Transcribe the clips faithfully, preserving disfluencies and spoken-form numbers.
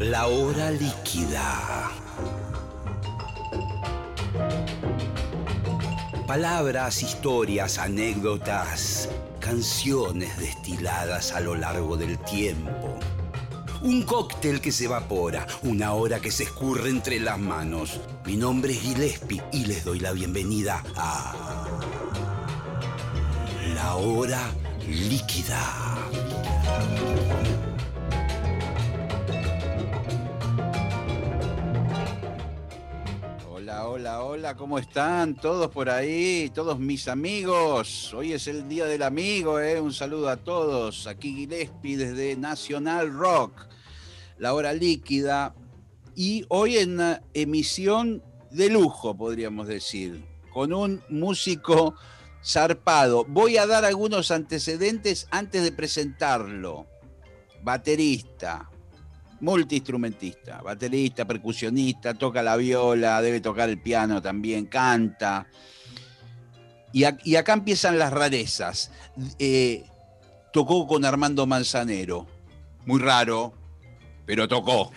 La hora líquida. Palabras, historias, anécdotas, canciones destiladas a lo largo del tiempo. Un cóctel que se evapora, una hora que se escurre entre las manos. Mi nombre es Gillespie y les doy la bienvenida a La hora líquida. Hola, hola, hola, ¿cómo están todos por ahí? Todos mis amigos. Hoy es el Día del Amigo, ¿eh? Un saludo a todos. Aquí Gillespie desde Nacional Rock, La hora líquida. Y hoy en una emisión de lujo, podríamos decir, con un músico zarpado. Voy a dar algunos antecedentes antes de presentarlo. Baterista, multiinstrumentista, baterista, percusionista, toca la viola, debe tocar el piano también, canta. Y, a, y acá empiezan las rarezas. Eh, tocó con Armando Manzanero, muy raro, pero tocó.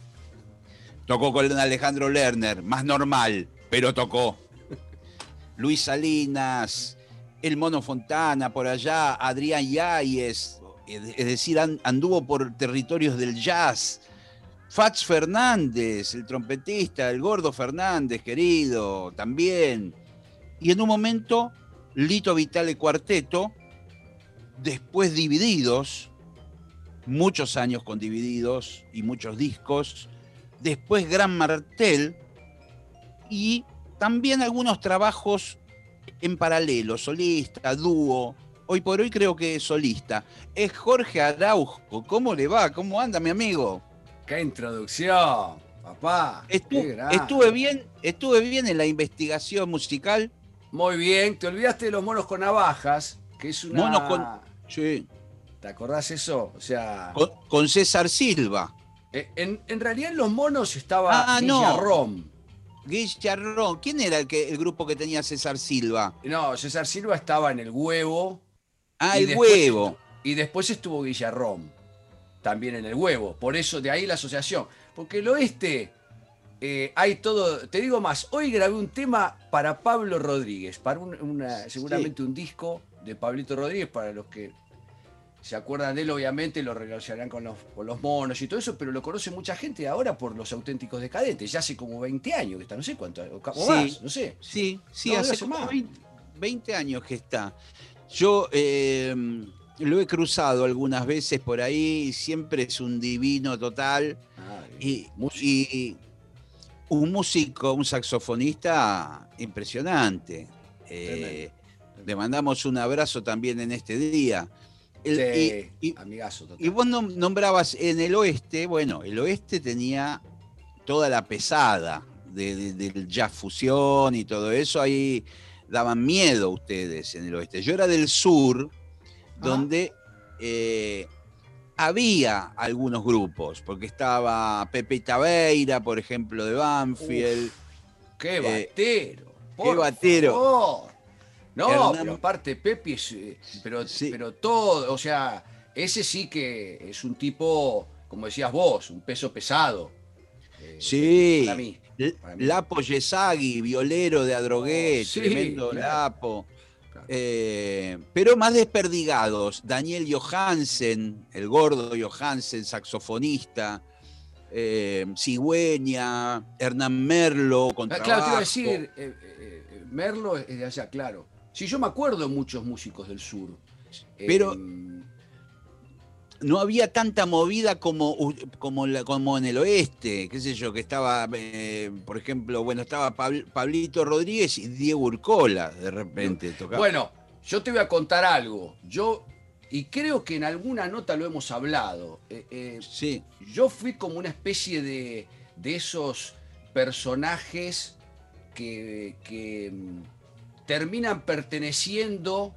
Tocó con Alejandro Lerner, más normal, pero tocó. Luis Salinas, el Mono Fontana por allá, Adrián Yáñez, es decir, anduvo por territorios del jazz. Fats Fernández, el trompetista, el Gordo Fernández, querido, también. Y en un momento, Lito Vitale Cuarteto, después Divididos, muchos años con Divididos y muchos discos, después Gran Martel y también algunos trabajos en paralelo, solista, dúo. Hoy por hoy creo que es solista. Es Jorge Araujo. ¿Cómo le va? ¿Cómo anda, mi amigo? ¡Qué introducción, papá! Estu Qué estuve bien, estuve bien en la investigación musical. Muy bien, te olvidaste de los monos con navajas, que es una... Monos con... Sí. ¿Te acordás eso? O sea... Con, con César Silva. En, en realidad en los monos estaba ah, Guillarrón. No. Guillarrón. ¿Quién era el, que, el grupo que tenía César Silva? No, César Silva estaba en El Huevo. Ah, y El Huevo. Estuvo, y después estuvo Guillarrón, también en El Huevo. Por eso, de ahí la asociación. Porque el oeste, eh, hay todo... Te digo más, hoy grabé un tema para Pablo Rodríguez, para un, una, seguramente sí. un disco de Pablito Rodríguez, para los que se acuerdan de él, obviamente lo relacionarán con los, con los monos y todo eso, pero lo conoce mucha gente ahora por Los Auténticos Decadentes. Ya hace como veinte años que está, no sé cuánto, o sí, más, no sé. Sí, sí, no, hace, hace como veinte, veinte años que está. Yo eh, lo he cruzado algunas veces por ahí, siempre es un divino total. Ah, y, y un músico, un saxofonista impresionante. Eh, le mandamos un abrazo también en este día. El, sí, y, y, amigazo total. Y vos nombrabas en el oeste, bueno, el oeste tenía toda la pesada de, de, del jazz fusión y todo eso, ahí daban miedo ustedes en el oeste. Yo era del sur, donde eh, había algunos grupos, porque estaba Pepe Tabeira, por ejemplo, de Banfield. Uf, ¡qué batero! Eh, ¡Qué batero! Favor. No, Hernán... pero aparte Pepe, es, pero, sí. pero todo, o sea, ese sí que es un tipo, como decías vos, un peso pesado. Eh, sí, para mí, para mí. Lapo Yesagui, violero de Adrogué, oh, sí, tremendo claro. Lapo. Claro. Eh, pero más desperdigados, Daniel Johansen, el gordo Johansen, saxofonista, eh, Cigüeña, Hernán Merlo, contrabajo. Ah, claro, te iba a decir, eh, eh, Merlo es de allá, claro. Sí, yo me acuerdo de muchos músicos del sur. Pero eh, no había tanta movida como, como, la, como en el oeste, qué sé yo, que estaba, eh, por ejemplo, bueno, estaba Pabl Pablito Rodríguez y Diego Urcola, de repente. Tocaba. Bueno, yo te voy a contar algo. Yo, y creo que en alguna nota lo hemos hablado. Eh, eh, sí. Yo fui como una especie de, de esos personajes que... que terminan perteneciendo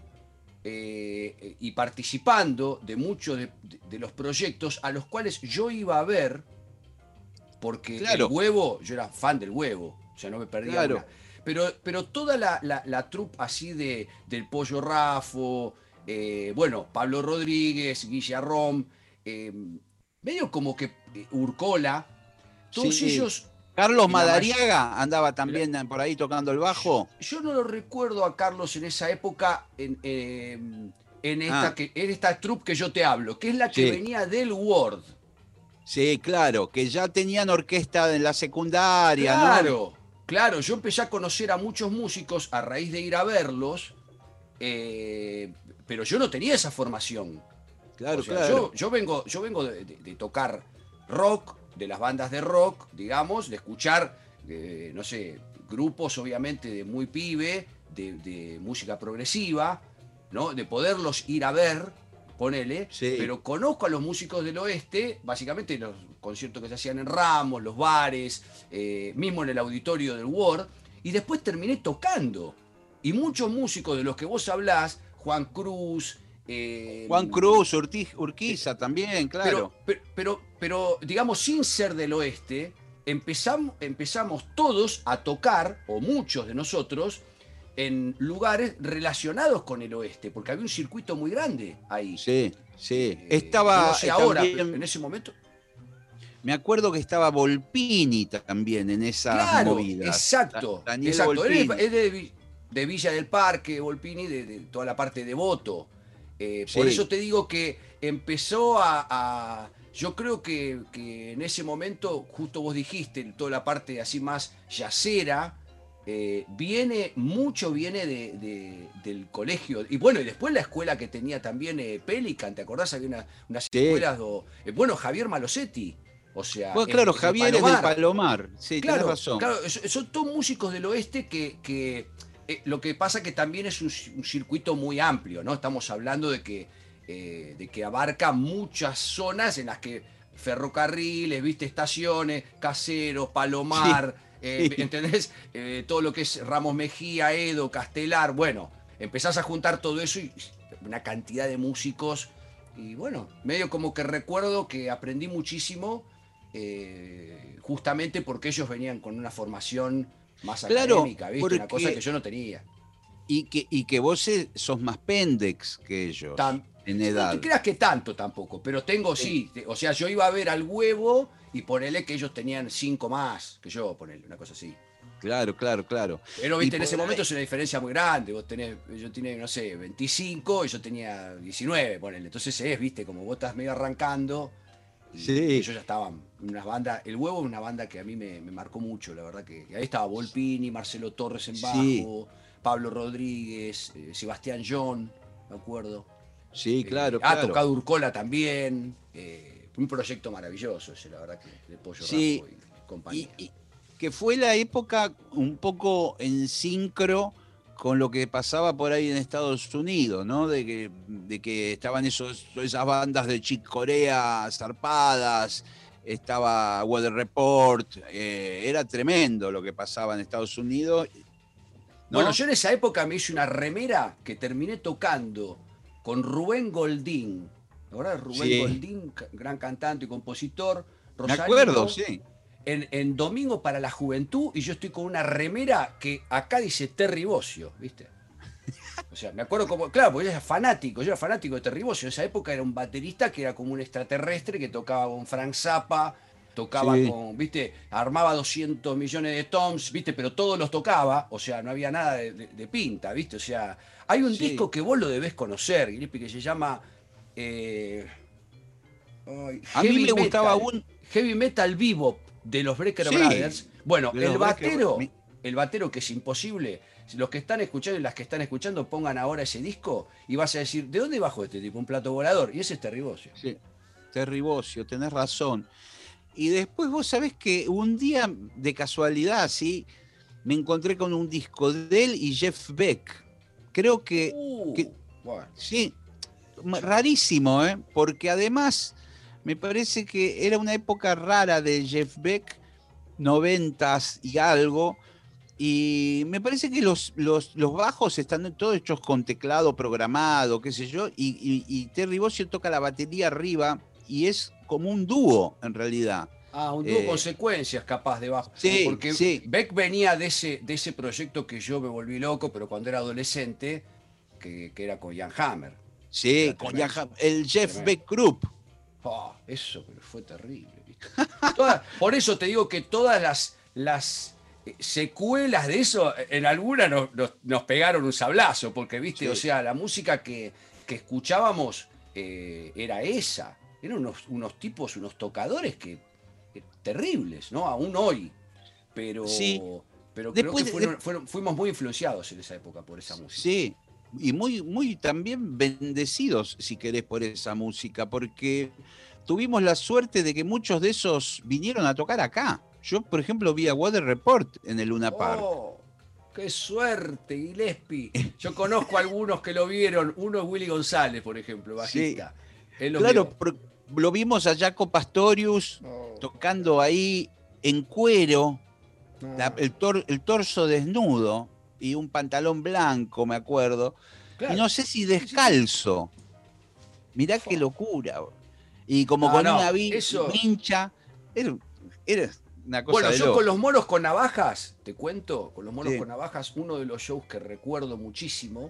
eh, y participando de muchos de, de, de los proyectos a los cuales yo iba a ver, porque claro. el huevo, yo era fan del huevo, o sea, no me perdía claro. una. Pero, pero toda la, la, la troupe así de, del Pollo Raffo, eh, bueno, Pablo Rodríguez, Guillarrón, eh, medio como que eh, Urcola, todos Sí. ellos... Carlos y la may- Madariaga andaba Mira, también por ahí tocando el yo, bajo. yo no lo recuerdo a Carlos en esa época en, eh, en, esta, Ah, que, en esta troupe que yo te hablo, que es la que sí. venía del Word. Sí, claro, que ya tenían orquesta en la secundaria, ¿no? Claro, claro, yo empecé a conocer a muchos músicos a raíz de ir a verlos, eh, pero yo no tenía esa formación. O Claro, sea, yo, claro. yo vengo, yo vengo de, de- de tocar rock, de las bandas de rock, digamos, de escuchar, eh, no sé, grupos obviamente de muy pibe, de, de música progresiva, ¿no? De poderlos ir a ver, ponele, Sí. pero conozco a los músicos del oeste, básicamente los conciertos que se hacían en Ramos, los bares, eh, mismo en el auditorio del Word, y después terminé tocando. Y muchos músicos de los que vos hablás, Juan Cruz, eh, Juan Cruz, Urtiz- eh, Urquiza también, pero, claro. pero, pero, pero, digamos, sin ser del oeste, empezamos, empezamos todos a tocar, o muchos de nosotros, en lugares relacionados con el oeste, porque había un circuito muy grande ahí. Sí, sí. Eh, yo no Estaba sé eh, ahora, pero en también, ese momento. me acuerdo que estaba Volpini también en esas Claro, movidas. Da- exacto, Daniel exacto. Él es, Volpini. es de, Vi- de Villa del Parque, Volpini, de, de toda la parte de Voto. Eh, por Sí, eso te digo que empezó a... a- yo creo que, que en ese momento, justo vos dijiste, toda la parte así más yacera, eh, viene, mucho viene de, de- del colegio. Y bueno, y después la escuela que tenía también eh, Pelican, ¿te acordás? Había una- unas sí. escuelas, do- eh, bueno, Javier Malosetti, o sea, Bueno, es claro, de, es de Javier es del Palomar. Palomar. Sí, tenés Claro, razón. claro, so- son todos músicos del oeste que, que, eh, lo que pasa que también es un, ci- un circuito muy amplio, ¿no? Estamos hablando de que, eh, de que abarca muchas zonas en las que ferrocarriles, viste, estaciones, Caseros, Sí, Palomar, eh, sí. ¿entendés? Eh, todo lo que es Ramos Mejía, Edo, Castelar, bueno, empezás a juntar todo eso y una cantidad de músicos y bueno, medio como que recuerdo que aprendí muchísimo eh, justamente porque ellos venían con una formación más Claro, académica, ¿viste? Una cosa que porque. yo no tenía. Y que, y que vos se- sos más pendex que ellos Tan, en no te edad. creas que tanto tampoco, pero tengo Sí. sí. O sea, yo iba a ver al huevo y ponele que ellos tenían cinco más que yo, ponele, una cosa así. Claro, claro, claro. Pero, Y viste, en ese por momento ahí, es una diferencia muy grande. Vos tenés, yo tenía, no sé, veinticinco y yo tenía diecinueve, ponele. Entonces es, viste, como vos estás medio arrancando y, y sí, ellos ya estaban. Unas bandas, El Huevo es una banda que a mí me, me marcó mucho, la verdad que. Ahí estaba Volpini, Marcelo Torres en sí, bajo, Pablo Rodríguez, eh, Sebastián John, me acuerdo. sí, Eh, claro, ha claro. tocado Urcola también. eh, un proyecto maravilloso ese, la verdad que de Pollo Sí, Rasco y y, compañía. y que fue la época un poco en sincro con lo que pasaba por ahí en Estados Unidos, ¿no? De que, de que estaban esos, esas bandas de Chick Corea zarpadas, estaba Weather Report, eh, era tremendo lo que pasaba en Estados Unidos, Bueno, ¿no? yo en esa época me hice una remera que terminé tocando con Rubén Goldín. ¿La verdad? Rubén Sí, Goldín, ca- gran cantante y compositor, me acuerdo, rosarino, sí. en, en Domingo para la Juventud y yo estoy con una remera que acá dice Terry Bozzio, ¿viste? O sea, me acuerdo como, claro, porque yo era fanático, yo era fanático de Terry Bozzio. En esa época era un baterista que era como un extraterrestre que tocaba con Frank Zappa, tocaba Sí, con, viste, armaba doscientos millones de toms, viste, pero todos los tocaba, o sea, no había nada de, de- de pinta, viste, o sea, hay un sí. disco que vos lo debés conocer, Gillespie, que se llama eh, ay, A mí Heavy me gustaba Metal, un. Heavy Metal Bebop de los Breaker Sí, Brothers. Bueno, de el los Breaker. batero, mi- el batero que es imposible. Si los que están escuchando y las que están escuchando pongan ahora ese disco y vas a decir, ¿de dónde bajó este tipo? Un plato volador. Y ese es Terry Bozzio. Sí, Terry Bozzio, tenés razón. Y después vos sabés que un día, de casualidad, sí, me encontré con un disco de él y Jeff Beck. Creo que, que Uh, bueno, sí, ma- ya. rarísimo, ¿eh? Porque además me parece que era una época rara de Jeff Beck, noventas y algo, y me parece que los, los, los bajos están todos hechos con teclado programado, qué sé yo, y, y- y Terry Bozzio toca la batería arriba y es como un dúo en realidad. Ah, un dúo con Eh, secuencias capaz de bajo. sí, Porque sí, Beck venía de ese, de ese proyecto que yo me volví loco, pero cuando era adolescente, que, que era con Jan Hammer, que sí, era con tremendo. Jaha- el Jeff Tremendo. Beck Group. Oh, eso pero fue terrible. ¿Viste? Todas- por eso te digo que todas las, las eh, secuelas de eso, eh, en algunas nos, nos- nos pegaron un sablazo, porque, viste, o Sí, sea, la música que, que escuchábamos eh, era esa. Eran unos, unos tipos, unos tocadores que, que terribles, ¿no? Aún hoy. sí. Pero, pero creo que Después, de- fueron, fueron- fuimos muy influenciados en esa época por esa música. sí, y muy, muy también bendecidos, si querés, por esa música, porque tuvimos la suerte de que muchos de esos vinieron a tocar acá. Yo, por ejemplo, vi a Weather Report en el Luna Park. ¡Oh! ¡Qué suerte, Gillespie! Yo conozco a algunos que lo vieron. Uno es Willy González, por ejemplo, Sí, bajista. Él los claro, vio. por- lo vimos a Jaco Pastorius Oh, tocando ahí en cuero, la- no. el, tor- el torso desnudo y un pantalón blanco, me acuerdo. Y Claro. no sé si Sí, sí, sí. descalzo. Mirá qué Fua. locura. Y como No, con una no. vi- Eso. vincha. Era, era una cosa Bueno, de yo con loco. los monos con navajas, te cuento, con los monos Sí. con navajas, uno de los shows que recuerdo muchísimo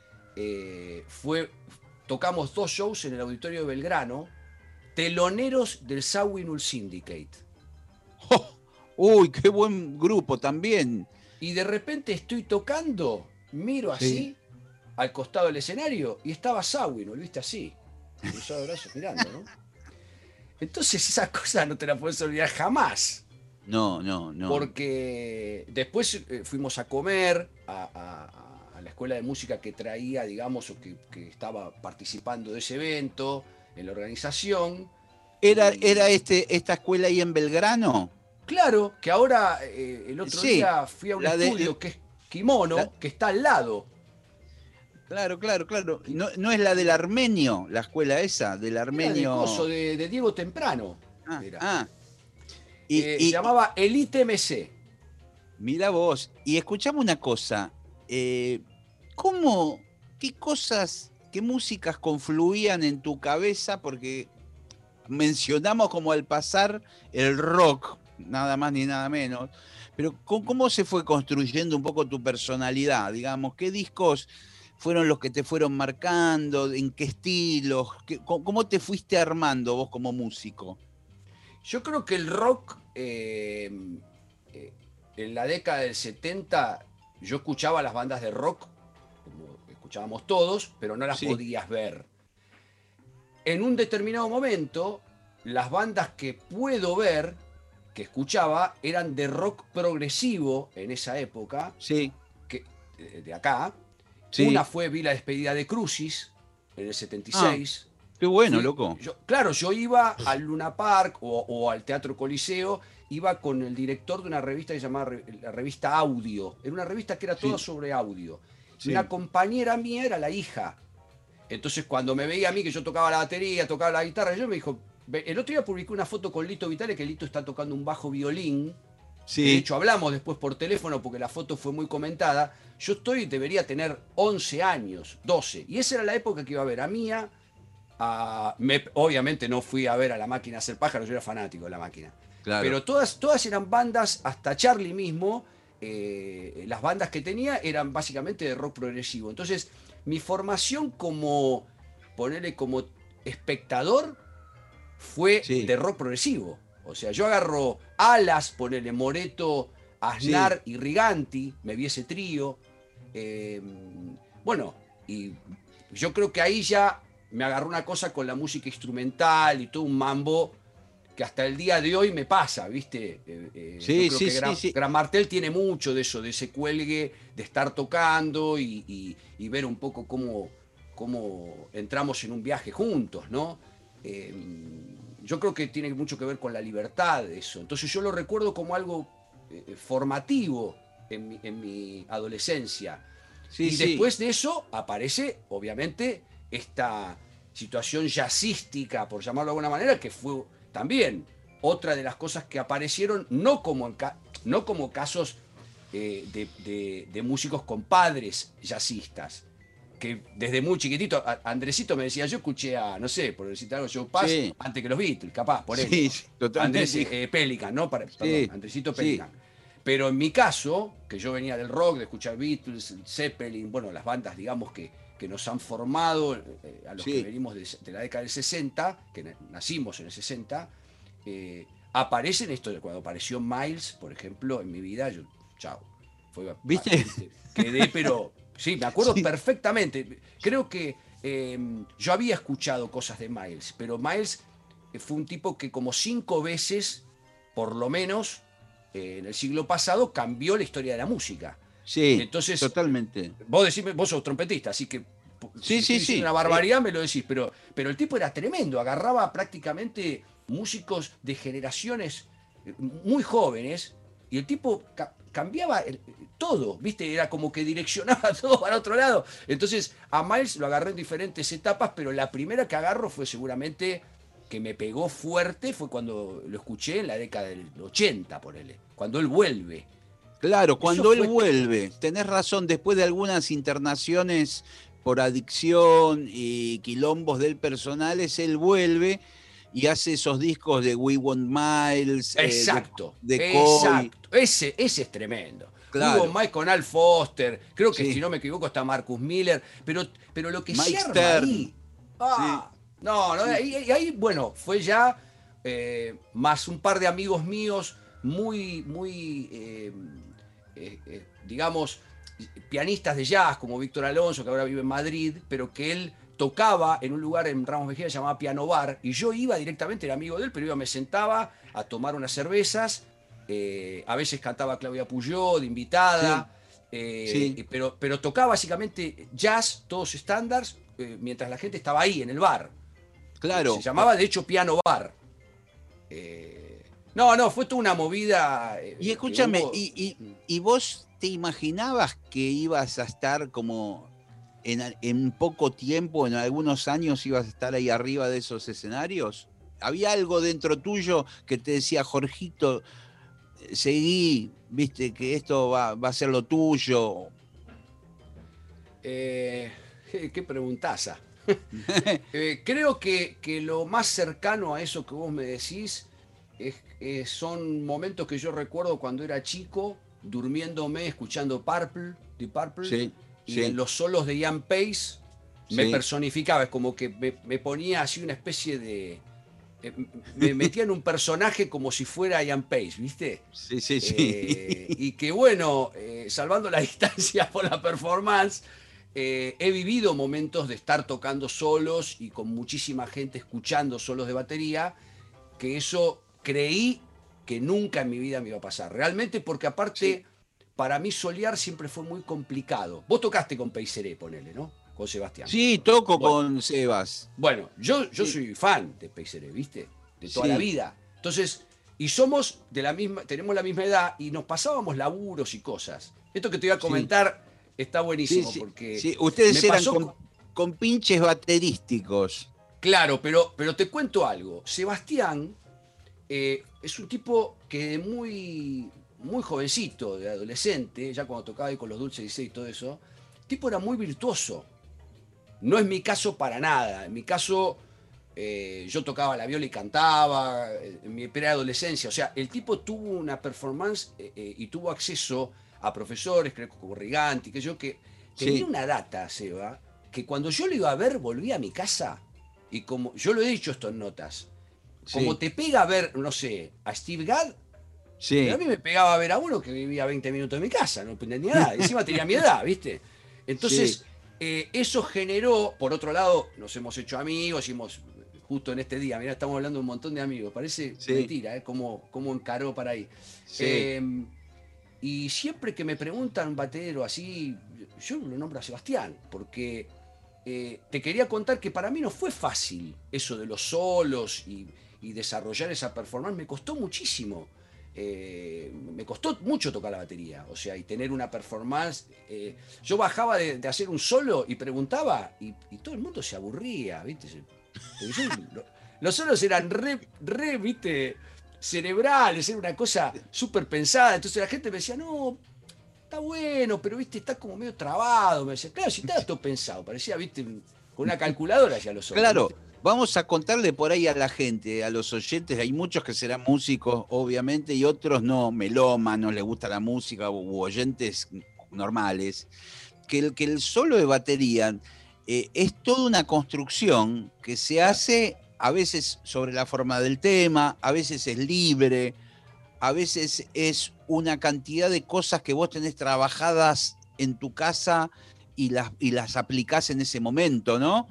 eh, fue. Tocamos dos shows en el auditorio de Belgrano, teloneros del Sawinul Syndicate. ¡Oh! Uy, qué buen grupo también. Y de repente estoy tocando, miro Sí. así, al costado del escenario, y estaba Sawinul, viste así, cruzado de brazos mirando, ¿no? Entonces esas cosas no te las puedes olvidar jamás. No, no, no. Porque después eh, fuimos a comer a, a- a la escuela de música que traía, digamos, o que, que estaba participando de ese evento, en la organización. ¿Era, Y era este, esta escuela ahí en Belgrano? claro, que ahora eh, el otro Sí, día fui a un la de- estudio que es Kimono, la- que está al lado. Claro, claro, claro. No, no es la del Armenio, la escuela esa, del Era de Armenio. coso, de, de Diego Temprano. Ah, Era. ah. Y, Eh, y- se llamaba Elite M C. Mira vos, y escuchame una cosa, eh, ¿cómo, qué cosas, qué músicas confluían en tu cabeza? Porque mencionamos como al pasar el rock, nada más ni nada menos, pero ¿cómo, cómo se fue construyendo un poco tu personalidad? Digamos, ¿qué discos fueron los que te fueron marcando? ¿En qué estilos? ¿Qué- cómo, cómo te fuiste armando vos como músico? Yo creo que el rock, eh, eh, en la década del setenta, yo escuchaba las bandas de rock, como escuchábamos todos, pero no las Sí. podías ver. En un determinado momento, las bandas que puedo ver, que escuchaba, eran de rock progresivo en esa época, Sí, que, eh, de acá. sí. Una fue Vi la despedida de Crucis, en el setenta y seis. Qué bueno, Fui- loco. yo- claro, yo iba al Luna Park o, o al Teatro Coliseo, iba con el director de una revista que se llamaba Re- la revista Audio. Era una revista que era toda Sí. sobre audio. Y Sí. una compañera mía era la hija. Entonces, cuando me veía a mí que yo tocaba la batería, tocaba la guitarra, yo me dijo. "Ve-". El otro día publiqué una foto con Lito Vitale, que Lito está tocando un bajo violín. Sí. De hecho, hablamos después por teléfono porque la foto fue muy comentada. Yo estoy, debería tener once años, doce. Y esa era la época que iba a ver a Mía. A, me- obviamente no fui a ver a La Máquina a hacer pájaros, yo era fanático de La Máquina. Claro. Pero todas, todas eran bandas, hasta Charlie mismo, eh, las bandas que tenía eran básicamente de rock progresivo. Entonces, mi formación como, ponerle como espectador, fue Sí. de rock progresivo. O sea, yo agarro Alas, ponele Moreto, Aznar y Riganti, me vi ese trío. eh, bueno, y yo creo que ahí ya me agarró una cosa con la música instrumental y todo un mambo que hasta el día de hoy me pasa, ¿viste? Eh, eh, Sí, yo creo sí, que sí, Gran, sí. Gran Martel tiene mucho de eso, de ese cuelgue, de estar tocando y, y- y ver un poco cómo, cómo entramos en un viaje juntos, ¿no? Eh, yo creo que tiene mucho que ver con la libertad eso. Entonces yo lo recuerdo como algo eh, formativo en mi, en mi adolescencia. Sí, y sí. después de eso aparece, obviamente, esta situación jazzística, por llamarlo de alguna manera, que fue también otra de las cosas que aparecieron, no como, en ca- no como casos eh, de, de- de músicos con padres jazzistas, que desde muy chiquitito, a- Andresito me decía, yo escuché a, no sé, por decirte algo, Joe Pass, Sí. antes que los Beatles, capaz, por él. Sí, sí, totalmente. Andrés eh, Pelican, ¿no? Para- perdón, Sí, Andresito sí. Pelican. Pero en mi caso, que yo venía del rock, de escuchar Beatles, Zeppelin, bueno, las bandas, digamos, que, que nos han formado, eh, a los Sí. que venimos de, de la década del sesenta, que nacimos en el sesenta, eh, aparecen esto, cuando apareció Miles, por ejemplo, en mi vida, yo, chao, fue, ¿Viste? quedé, pero sí, me acuerdo Sí. perfectamente. Creo que eh, yo había escuchado cosas de Miles, pero Miles fue un tipo que como cinco veces, por lo menos, eh, en el siglo pasado, cambió la historia de la música. Sí, Entonces, totalmente. vos decís, vos sos trompetista, así que si Sí, estoy sí, diciendo sí. una Eh, barbaridad me lo decís, pero, pero el tipo era tremendo, agarraba prácticamente músicos de generaciones eh, muy jóvenes y el tipo ca cambiaba el, todo, ¿viste? Era como que direccionaba todo para otro lado. Entonces, a Miles lo agarré en diferentes etapas, pero la primera que agarro fue seguramente que me pegó fuerte, fue cuando lo escuché en la década del ochenta, ponele, cuando él vuelve. claro, Eso cuando él fue... vuelve, tenés razón, después de algunas internaciones por adicción y quilombos del personales, él vuelve y hace esos discos de We Want Miles, eh, de, Exacto, de Coy. exacto. Ese, ese es tremendo. Hugo Claro, Mike con Al Foster, creo que si sí. no me equivoco está Marcus Miller, pero, pero lo que se Mike arma Stern, ahí, sí, ah, no, no, sí, ahí, ahí- ahí, bueno, fue ya eh, más un par de amigos míos muy, muy, eh, eh, eh, digamos, pianistas de jazz como Víctor Alonso, que ahora vive en Madrid, pero que él tocaba en un lugar en Ramos Mejía llamado Piano Bar, y yo iba directamente, era amigo de él, pero iba, me sentaba a tomar unas cervezas, eh, a veces cantaba Claudia Puyó de sí, invitada, eh, sí, pero, pero tocaba básicamente jazz, todos estándares, eh, mientras la gente estaba ahí en el bar. Eh, se claro. llamaba de hecho Piano Bar. Eh, no, no, fue toda una movida Y eh, que escúchame, hubo. ¿y, y, y vos te imaginabas que ibas a estar como en, a- en poco tiempo, en algunos años, ibas a estar ahí arriba de esos escenarios? ¿Había algo dentro tuyo que te decía, Jorgito, eh, seguí, viste, que esto va, va a ser lo tuyo? Eh, qué preguntaza. Eh, creo que, que lo más cercano a eso que vos me decís es, eh, son momentos que yo recuerdo cuando era chico, durmiéndome, escuchando Purple, The Purple, Sí, y en sí, los solos de Ian Pace me sí, personificaba, es como que me, me ponía así una especie de... eh, me metía en un personaje como si fuera Ian Pace, ¿viste? sí, sí, Eh, sí. y que bueno, eh, salvando la distancia por la performance, eh, he vivido momentos de estar tocando solos y con muchísima gente escuchando solos de batería, que eso creí que nunca en mi vida me iba a pasar. Realmente porque Sí, aparte, para mí solear siempre fue muy complicado. Vos tocaste con Peiseré, ponele, ¿no? Con Sebastián. sí, toco Bueno, con Sebas. bueno, yo, yo Sí, soy fan de Peiseré, ¿viste? De toda la sí, vida. Entonces, y somos de la misma, tenemos la misma edad y nos pasábamos laburos y cosas. Esto que te voy a sí. comentar está Sí, buenísimo sí, porque sí. Ustedes me eran pasó, con, con pinches baterísticos. claro, pero, pero te cuento algo. Sebastián eh, es un tipo que de muy, muy jovencito, de adolescente, ya cuando tocaba ahí con los Dulces dieciséis y todo eso, el tipo era muy virtuoso. No es mi caso para nada. En mi caso, eh, yo tocaba la viola y cantaba eh, en mi preadolescencia. O sea, el tipo tuvo una performance eh, eh, y tuvo acceso a profesores, creo que como Riganti, que yo, que tenía Sí, una data, Seba, que cuando yo lo iba a ver, volvía a mi casa. Y como yo lo he dicho esto en notas, como sí, te pega a ver, no sé, a Steve Gadd, pero a sí, mí me pegaba a ver a uno que vivía veinte minutos de mi casa, no entendía nada. Encima tenía mi edad, ¿viste? sí, Entonces, eh, eso generó, por otro lado, nos hemos hecho amigos, y hemos, justo en este día, mirá, estamos hablando de un montón de amigos, parece sí, mentira, ¿eh? Cómo, cómo encaró para ahí. sí, Eh, y siempre que me preguntan un batero así, yo lo nombro a Sebastián, porque eh, te quería contar que para mí no fue fácil eso de los solos y, y desarrollar esa performance, me costó muchísimo. Eh, me costó mucho tocar la batería, o sea, y tener una performance. Eh, yo bajaba de, de, hacer un solo y preguntaba, y, y, todo el mundo se aburría, ¿viste? Porque yo, lo, los solos eran re, re, ¿viste? Cerebrales, era una cosa súper pensada. Entonces la gente me decía, no, está bueno, pero viste, está como medio trabado. Me decía, claro, si está todo pensado, parecía, viste, con una calculadora hacia los solos, claro. ¿viste? Vamos a contarle por ahí a la gente, a los oyentes, hay muchos que serán músicos, obviamente, y otros no, melómanos, les gusta la música, u oyentes normales, que el, que el solo de batería eh, es toda una construcción que se Claro. hace a veces sobre la forma del tema, a veces es libre, a veces es una cantidad de cosas que vos tenés trabajadas en tu casa y las, y las aplicás en ese momento, ¿no?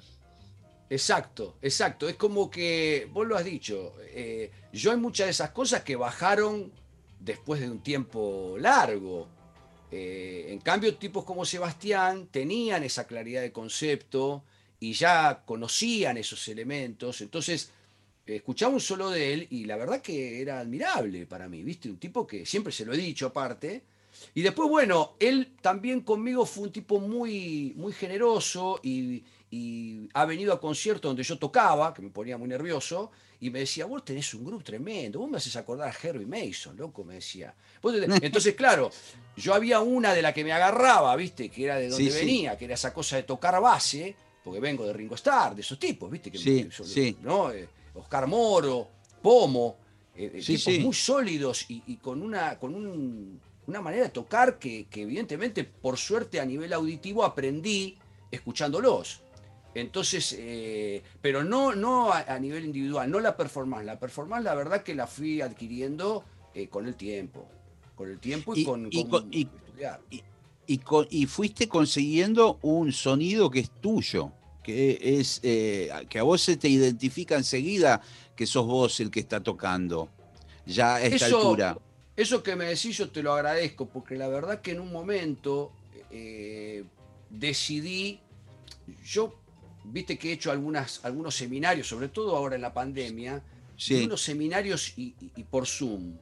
Exacto, exacto. Es como que, vos lo has dicho, eh, yo hay muchas de esas cosas que bajaron después de un tiempo largo. Eh, en cambio, tipos como Sebastián tenían esa claridad de concepto y ya conocían esos elementos. Entonces, eh, escuchaba un solo de él y la verdad que era admirable para mí, ¿viste? Un tipo que siempre se lo he dicho aparte. Y después, bueno, él también conmigo fue un tipo muy, muy generoso y, y ha venido a conciertos donde yo tocaba, que me ponía muy nervioso, y me decía, vos tenés un grupo tremendo, vos me haces acordar a Herbie Mason, loco, me decía. Entonces, claro, yo había una de la que me agarraba, ¿viste? Que era de Sí, donde sí, venía, que era esa cosa de tocar base, porque vengo de Ringo Starr, de esos tipos, ¿viste? Que, sí, que son, sí, ¿no? Eh, Oscar Moro, Pomo, eh, eh, sí, tipos sí. muy sólidos y, y con, una, con un, una manera de tocar que, que, evidentemente, por suerte, a nivel auditivo aprendí escuchándolos. Entonces, eh, pero no, no a, a, nivel individual, no la performance. La performance, la verdad que la fui adquiriendo eh, con el tiempo. Con el tiempo y Y, con, y, con y, estudiar. y, y con- y fuiste consiguiendo un sonido que es tuyo, que es eh, que a vos se te identifica enseguida que sos vos el que está tocando, ya a esta Eso, altura. eso que me decís yo te lo agradezco, porque la verdad que en un momento eh, decidí, yo, viste que he hecho algunas, algunos seminarios, sobre todo ahora en la pandemia, di Sí, unos seminarios y, y, y por Zoom,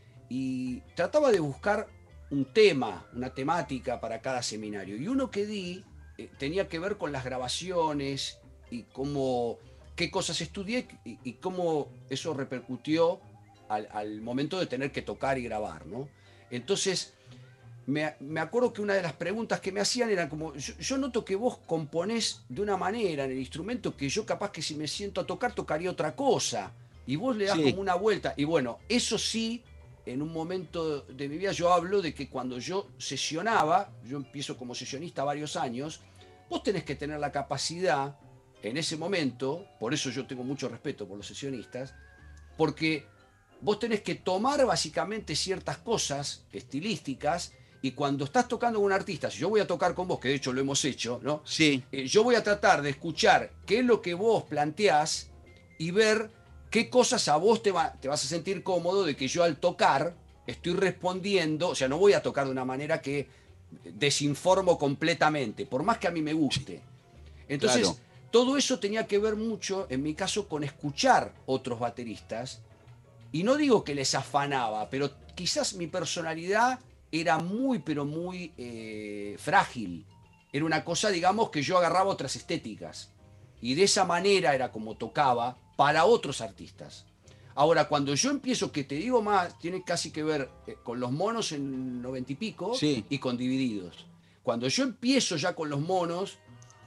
y trataba de buscar un tema, una temática para cada seminario, y uno que di eh, tenía que ver con las grabaciones y cómo, qué cosas estudié y, y cómo eso repercutió al, al, momento de tener que tocar y grabar, ¿no? Entonces, me, me, acuerdo que una de las preguntas que me hacían era como, yo, yo, noto que vos componés de una manera en el instrumento que yo capaz que si me siento a tocar, tocaría otra cosa. Y vos le das como sí, una vuelta. Y bueno, eso sí, en un momento de mi vida yo hablo de que cuando yo sesionaba, yo empiezo como sesionista varios años, vos tenés que tener la capacidad en ese momento, por eso yo tengo mucho respeto por los sesionistas, porque vos tenés que tomar básicamente ciertas cosas estilísticas y cuando estás tocando con un artista, si yo voy a tocar con vos, que de hecho lo hemos hecho, ¿no? sí, Eh, yo voy a tratar de escuchar qué es lo que vos planteás y ver qué cosas a vos te, va, te vas a sentir cómodo de que yo al tocar estoy respondiendo, o sea, no voy a tocar de una manera que desinformo completamente, por más que a mí me guste. claro. Entonces, todo eso tenía que ver mucho, en mi caso, con escuchar otros bateristas. Y no digo que les afanaba, pero quizás mi personalidad era muy, pero muy eh, frágil. Era una cosa, digamos, que yo agarraba otras estéticas. Y de esa manera era como tocaba para otros artistas. Ahora, cuando yo empiezo, que te digo más, tiene casi que ver eh, con los monos en noventa y pico Sí, y con divididos. Cuando yo empiezo ya con los monos,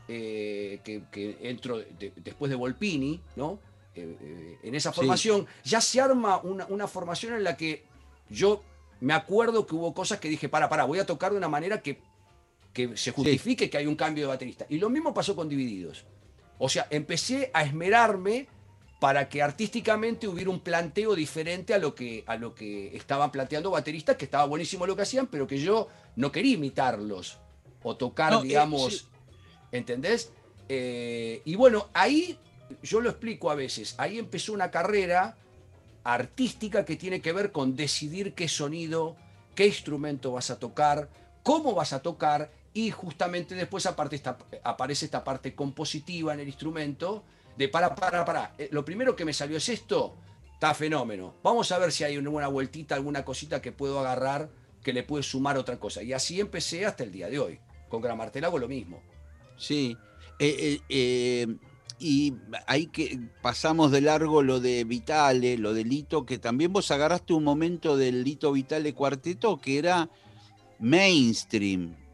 eh, que, que, entro de, después de Volpini, ¿no? Eh, eh, en esa sí, formación, ya se arma una, una, formación en la que yo me acuerdo que hubo cosas que dije, para, para, voy a tocar de una manera que, que se sí. justifique que hay un cambio de baterista. Y lo mismo pasó con Divididos. O sea, empecé a esmerarme para que artísticamente hubiera un planteo diferente a lo que, a lo que estaban planteando bateristas, que estaba buenísimo lo que hacían, pero que yo no quería imitarlos o tocar, No, eh, sí, digamos, ¿entendés? Eh, y bueno, ahí yo lo explico a veces, ahí empezó una carrera artística que tiene que ver con decidir qué sonido, qué instrumento vas a tocar, cómo vas a tocar y justamente después aparte esta, aparece esta parte compositiva en el instrumento de para, para, para. Eh, lo primero que me salió es esto, está fenómeno. Vamos a ver si hay una vueltita, alguna cosita que puedo agarrar que le puede sumar otra cosa. Y así empecé hasta el día de hoy. Con Gramartel hago lo mismo. sí. Eh, eh, eh, y ahí que pasamos de largo lo de Vitale, lo de Lito, que también vos agarraste un momento del Lito Vitale cuarteto que era mainstream.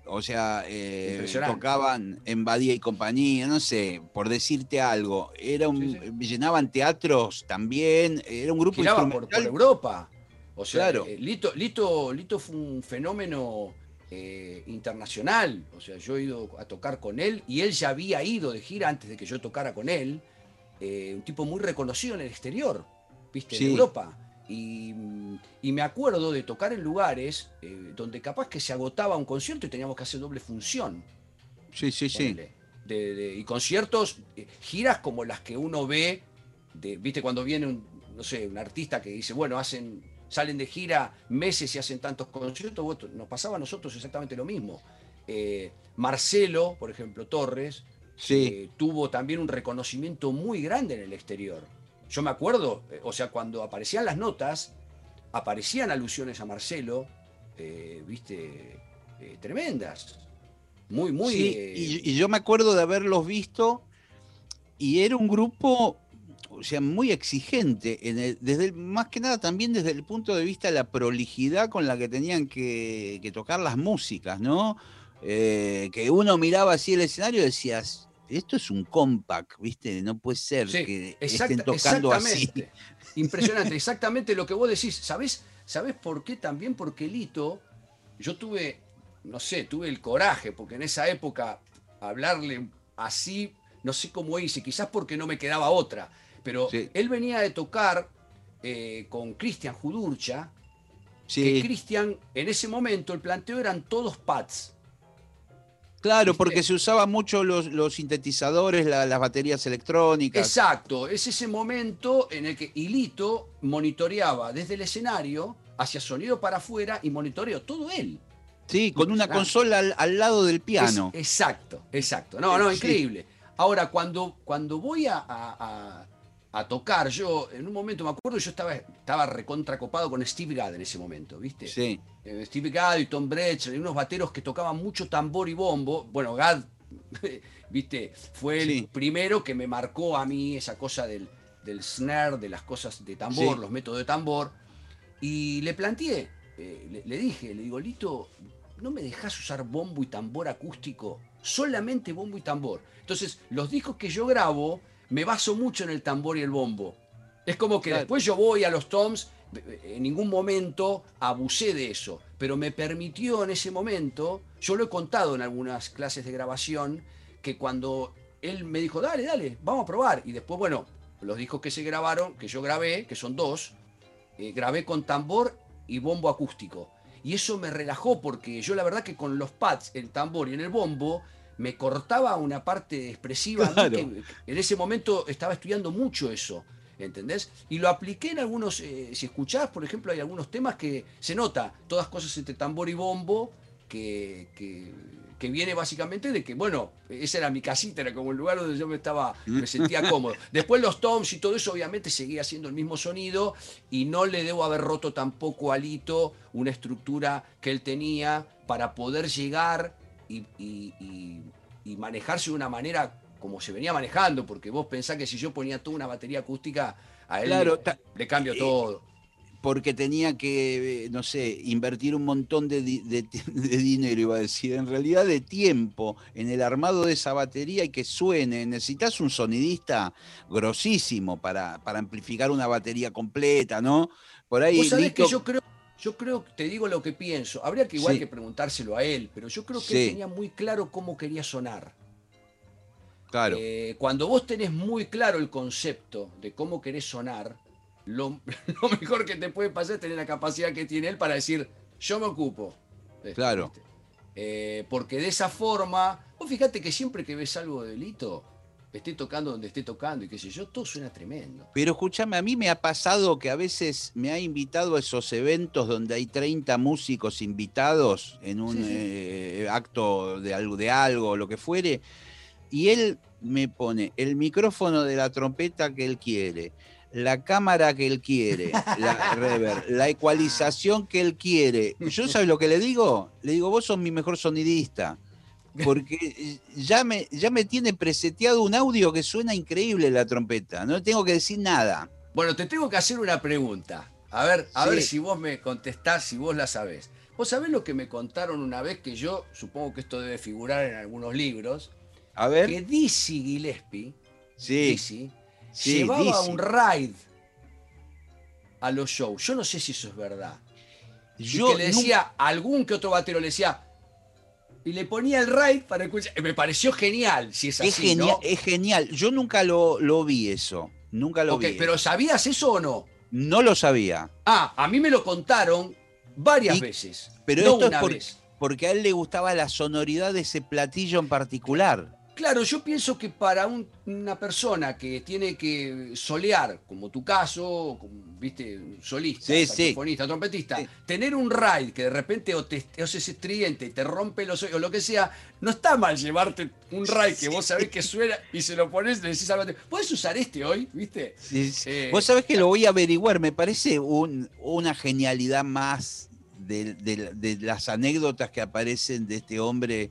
O sea, eh, Impresionante. tocaban en Badía y compañía, no sé, por decirte algo. Era Sí, un, sí. llenaban teatros también, era un grupo Giraba por, por instrumental, Europa. O sea, claro. eh, Lito, Lito, Lito fue un fenómeno eh, internacional. O sea, yo he ido a tocar con él y él ya había ido de gira antes de que yo tocara con él. Eh, un tipo muy reconocido en el exterior, viste, en Sí, Europa. Y, y me acuerdo de tocar en lugares eh, donde capaz que se agotaba un concierto y teníamos que hacer doble función, sí, sí, sí. ponele. De, de- y conciertos, eh, giras como las que uno ve, de, viste, cuando viene un, no sé, un artista que dice, bueno, hacen, salen de gira meses y hacen tantos conciertos, bueno, nos pasaba a nosotros exactamente lo mismo. Eh, Marcelo, por ejemplo, Torres, Sí. eh, tuvo también un reconocimiento muy grande en el exterior. Yo me acuerdo, eh, o sea, cuando aparecían las notas, aparecían alusiones a Marcelo, eh, viste, eh, tremendas. Muy, muy... Sí, eh, y, y yo me acuerdo de haberlos visto y era un grupo, o sea, muy exigente, en el- desde el- más que nada también desde el punto de vista de la prolijidad con la que tenían que, que tocar las músicas, ¿no? Eh, que uno miraba así el escenario y decías, esto es un compact, ¿viste? No puede ser Sí, que estén exacta, tocando así. exactamente. Impresionante, exactamente lo que vos decís. ¿Sabés, ¿Sabés por qué también? Porque Lito, yo tuve, no sé, tuve el coraje, porque en esa época hablarle así, no sé cómo hice, quizás porque no me quedaba otra, pero Sí, él venía de tocar eh, con Cristian Judurcha, que sí. Cristian, en ese momento, el planteo eran todos pads, Claro, porque ¿viste? se usaban mucho los, los sintetizadores, la- las baterías electrónicas. Exacto, es ese momento en el que Hilito monitoreaba desde el escenario hacia sonido para afuera y monitoreó todo él. Sí, con una Impresionante. consola al, al lado del Es piano. exacto, exacto. No, Eh, no, sí, increíble. Ahora, cuando, cuando voy a, a- a- a tocar, yo en un momento me acuerdo, yo estaba, estaba recontracopado con Steve Gadd en ese momento, ¿viste? sí, Eh, Steve Gadd y Tom Brecher, y unos bateros que tocaban mucho tambor y bombo. Bueno, Gadd, ¿viste? Fue el sí, primero que me marcó a mí esa cosa del, del snare, de las cosas de tambor, sí. los métodos de tambor. Y le planteé, eh, le, le dije, le digo, Lito, ¿no me dejás usar bombo y tambor acústico? Solamente bombo y tambor. Entonces, los discos que yo grabo, me baso mucho en el tambor y el bombo. Es como que Claro. después yo voy a los toms, en ningún momento abusé de eso, pero me permitió en ese momento, yo lo he contado en algunas clases de grabación, que cuando él me dijo, dale, dale, vamos a probar, y después, bueno, los discos que se grabaron, que yo grabé, que son dos, eh, grabé con tambor y bombo acústico. Y eso me relajó porque yo la verdad que con los pads, el tambor y en el bombo, me cortaba una parte expresiva a mí que, Claro. que en ese momento estaba estudiando mucho eso. ¿Entendés? Y lo apliqué en algunos, eh, si escuchás, por ejemplo, hay algunos temas que se nota, todas cosas entre tambor y bombo, que, que, que viene básicamente de que, bueno, esa era mi casita, era como el lugar donde yo me estaba, me sentía cómodo. Después los toms y todo eso, obviamente, seguía haciendo el mismo sonido y no le debo haber roto tampoco a Lito una estructura que él tenía para poder llegar y, y, y, y manejarse de una manera como se venía manejando, porque vos pensás que si yo ponía toda una batería acústica, a él le, Claro, ta- le cambio eh, todo. porque tenía que, eh, no sé, invertir un montón de, di- de ti- de dinero, iba a decir, en realidad de tiempo en el armado de esa batería y que suene. Necesitas un sonidista grosísimo para, para amplificar una batería completa, ¿no? Por Vos ahí, sabés que Lito, yo creo, yo creo, te digo lo que pienso, habría que igual que sí, preguntárselo a él, pero yo creo que él sí, tenía muy claro cómo quería sonar. claro. Eh, cuando vos tenés muy claro el concepto de cómo querés sonar, lo, lo mejor que te puede pasar es tener la capacidad que tiene él para decir, yo me ocupo de esto, Claro. ¿viste? Eh, porque de esa forma, vos fíjate que siempre que ves algo de delito, esté tocando donde esté tocando y qué sé yo, todo suena tremendo. Pero escúchame, a mí me ha pasado que a veces me ha invitado a esos eventos donde hay treinta músicos invitados en un Sí, sí. eh, acto de algo, de algo, lo que fuere, y él me pone el micrófono de la trompeta que él quiere, la cámara que él quiere, la reverb, la ecualización que él quiere. ¿Yo sabes lo que le digo? Le digo, vos sos mi mejor sonidista porque ya me, ya me tiene preseteado un audio que suena increíble la trompeta, no tengo que decir nada. Bueno, te tengo que hacer una pregunta. A ver, a ver Sí, si vos me contestás, si vos la sabés. Vos sabés lo que me contaron una vez, que yo supongo que esto debe figurar en algunos libros, A ver. que Dizzy Gillespie, Sí, Dizzy, sí, llevaba un Dizzy. ride a los shows. Yo no sé si eso es verdad. Y que Yo le nunca. decía, a algún que otro batero le decía, y le ponía el ride para escuchar. Me pareció genial, si es Es así, genial, ¿no? es genial. Yo nunca lo, lo vi eso. Nunca lo Ok, vi pero eso. ¿sabías eso o no? No lo sabía. Ah, a mí me lo contaron varias Y, veces, pero no esto es una por- vez. porque a él le gustaba la sonoridad de ese platillo en particular. Claro, yo pienso que para un- una persona que tiene que solear, como tu caso, como, viste, un solista, Sí, sí. saxofonista, trompetista, Sí. tener un ride que de repente o te o se estridente y te rompe los oídos o lo que sea, no está mal llevarte un ride que vos sabés que suena y se lo pones y le decís al batero, ¿puedes usar este hoy? ¿Viste? Sí, sí. Vos Eh, sabés que lo voy a averiguar, me parece un- una genialidad más de, de- de las anécdotas que aparecen de este hombre.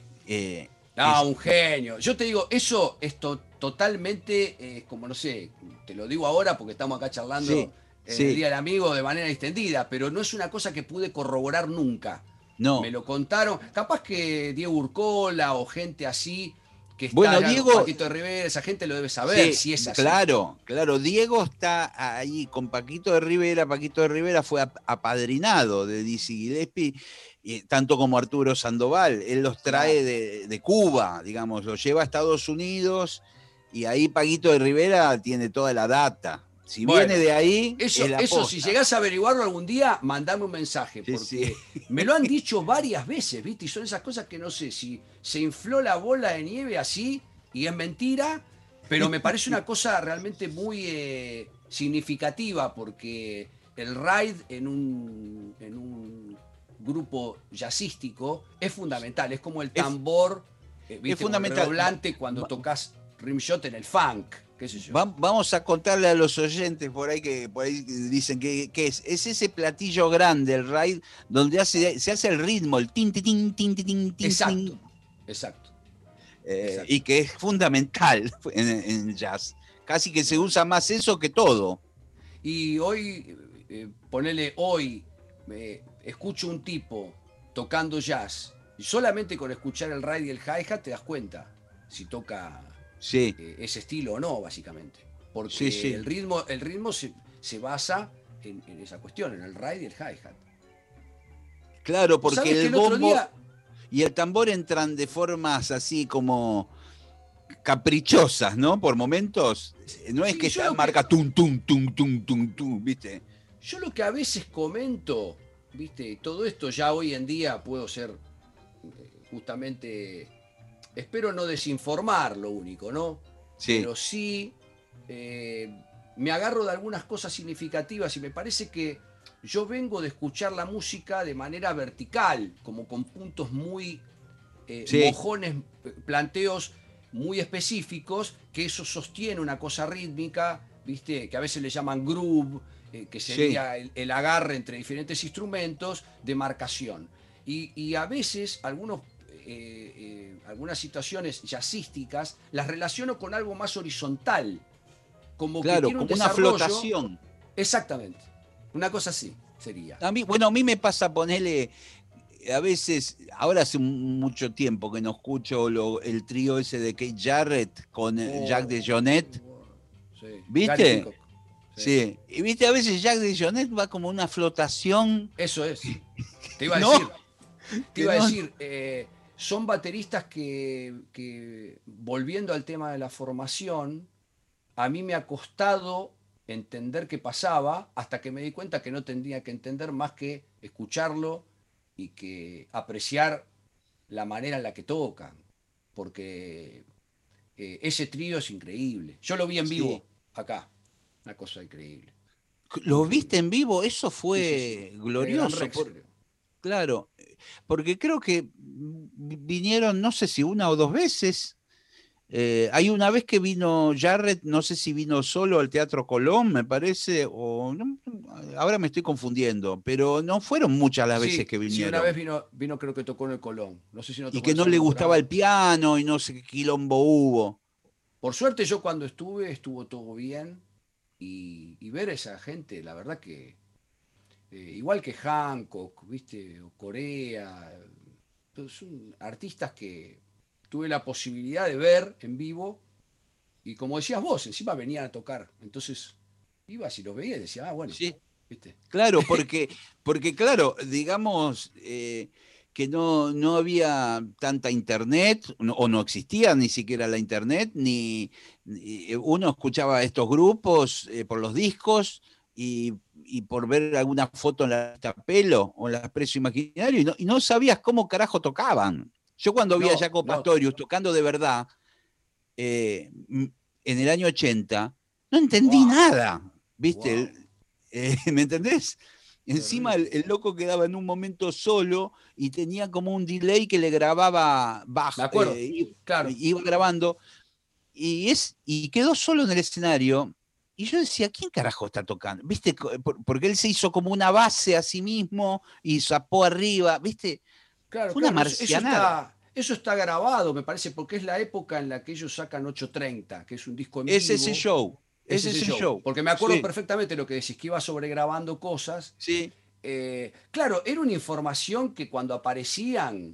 eh, que Ah, es- un genio. Yo te digo, eso es to- totalmente, eh, como no sé, te lo digo ahora porque estamos acá charlando sí, en el sí, Día del Amigo de manera extendida, pero no es una cosa que pude corroborar nunca. Me no. lo contaron. Capaz que Diego Urcola o gente así, que está Bueno, allá, Diego, Paquito de Rivera, esa gente lo debe saber sí, si es así. claro, claro. Diego está ahí con Paquito de Rivera. Paquito de Rivera fue ap- apadrinado de Dizzy Gillespie, y tanto como Arturo Sandoval. Él los Claro. trae de, de Cuba, digamos, los lleva a Estados Unidos y ahí Paquito de Rivera tiene toda la data. Si viene Bueno, de ahí, es eso, la eso si posta. llegás a averiguarlo algún día, mandame un mensaje, Sí, sí. porque me lo han dicho varias veces, ¿viste? Y son esas cosas que no sé si se infló la bola de nieve así y es mentira, pero me parece una cosa realmente muy eh, significativa, porque el ride en un, en un grupo jazzístico es fundamental, es como el Es, tambor, eh, es ¿viste? O el fundamental. Va- redoblante cuando va- tocas rimshot en el funk, qué sé yo. va- vamos a contarle a los oyentes por ahí que por ahí dicen que, que es, es ese platillo grande, el raid, donde hace, se hace el ritmo, el tin, tin, tin, tin, tin, tin, Exacto, tin, exacto. eh, y Exacto. que es fundamental en, en jazz. Casi que se Bueno. usa más eso que todo. Y hoy, eh, ponele hoy, eh, escucho un tipo tocando jazz, y solamente con escuchar el ride y el hi-hat te das cuenta si toca Sí, eh, ese estilo o no, básicamente. sí, Porque el sí. ritmo, el ritmo se, se basa en, en esa cuestión, en el ride y el hi-hat. Claro, Vos porque sabés que el el otro bombo día, y el tambor entran de formas así como caprichosas, ¿no? Por momentos. No es sí, que yo está lo que, marca tum, tum, tum, tum, tum, tum, ¿viste? yo lo que a veces comento, viste, todo esto ya hoy en día puedo ser eh, justamente, espero no desinformar lo único, ¿no? Sí, Pero sí eh, me agarro de algunas cosas significativas y me parece que yo vengo de escuchar la música de manera vertical, como con puntos muy eh, sí, mojones, eh, planteos muy específicos, que eso sostiene una cosa rítmica, ¿viste? Que a veces le llaman groove, eh, que sí. sería el, el agarre entre diferentes instrumentos de marcación. Y, y a veces algunos, eh, eh, algunas situaciones jazzísticas las relaciono con algo más horizontal, como que Claro, tiene un como una desarrollo, flotación. exactamente, una cosa así sería. A mí, bueno, a mí me pasa ponerle, a veces, ahora hace mucho tiempo que no escucho lo- el trío ese de Keith Jarrett con eh, Jack de Oh, muy Jonet, bueno. Sí. Gary ¿viste? Peacock. Sí. Sí, y viste, a veces Jack de Jonet va como una flotación Eso es. Te que iba a no, decir, te que iba a no, decir, eh, son bateristas que, que, volviendo al tema de la formación, a mí me ha costado entender qué pasaba hasta que me di cuenta que no tendría que entender más que escucharlo y que apreciar la manera en la que tocan. Porque eh, ese trío es increíble. Yo lo vi en sí. vivo acá. Una cosa increíble. ¿Lo viste Increíble. en vivo? Eso Sí, sí, sí. fue En el Gran glorioso, Rex, por, creo. claro, porque creo que vi- vinieron, no sé si una o dos veces. Eh, hay una vez que vino Jarrett, no sé si vino solo al Teatro Colón, me parece, o no, ahora me estoy confundiendo, pero no fueron muchas las veces Sí, que sí, una vez vinieron. vino, vino creo que tocó en el Colón. No sé si no Y tocó que en no San le gustaba el Onofrado. piano y no sé qué quilombo hubo. Por suerte yo cuando estuve estuvo todo bien y, y ver a esa gente, la verdad que Eh, igual que Hancock, ¿viste? O Corea. Son artistas que tuve la posibilidad de ver en vivo y como decías vos, encima venían a tocar. Entonces ibas y los veías y decías, ah, bueno, Sí, ¿viste? claro, porque, porque claro, digamos eh, que no, no había tanta internet, no- o no existía ni siquiera la internet, ni, ni- uno escuchaba estos grupos eh, por los discos y, y por ver alguna foto en la revista Pelo o en la Expreso Imaginario, y no, y no sabías cómo carajo tocaban. Yo cuando vi a No, Jaco no. Pastorius tocando de verdad, eh, m- en el año ochenta, no entendí Wow, nada, ¿viste? wow. El- eh, ¿me entendés? Encima el, Terrible. el loco quedaba en un momento solo y tenía como un delay que le grababa Me bajo, acuerdo, eh, i- claro. iba grabando y, es, y quedó solo en el escenario. Y yo decía, ¿quién carajo está tocando? ¿Viste? Co- por- Porque él se hizo como una base a sí mismo y zapó arriba, ¿viste? Claro, Fue una claro, eso, eso marcianada. está, eso está grabado, me parece, porque es la época en la que ellos sacan ochocientos treinta, que es un disco en Es ese vivo, show, es es ese ese show. show. Porque me acuerdo Sí, perfectamente lo que decís, que iba sobregrabando cosas. sí, Eh, claro, era una información que cuando aparecían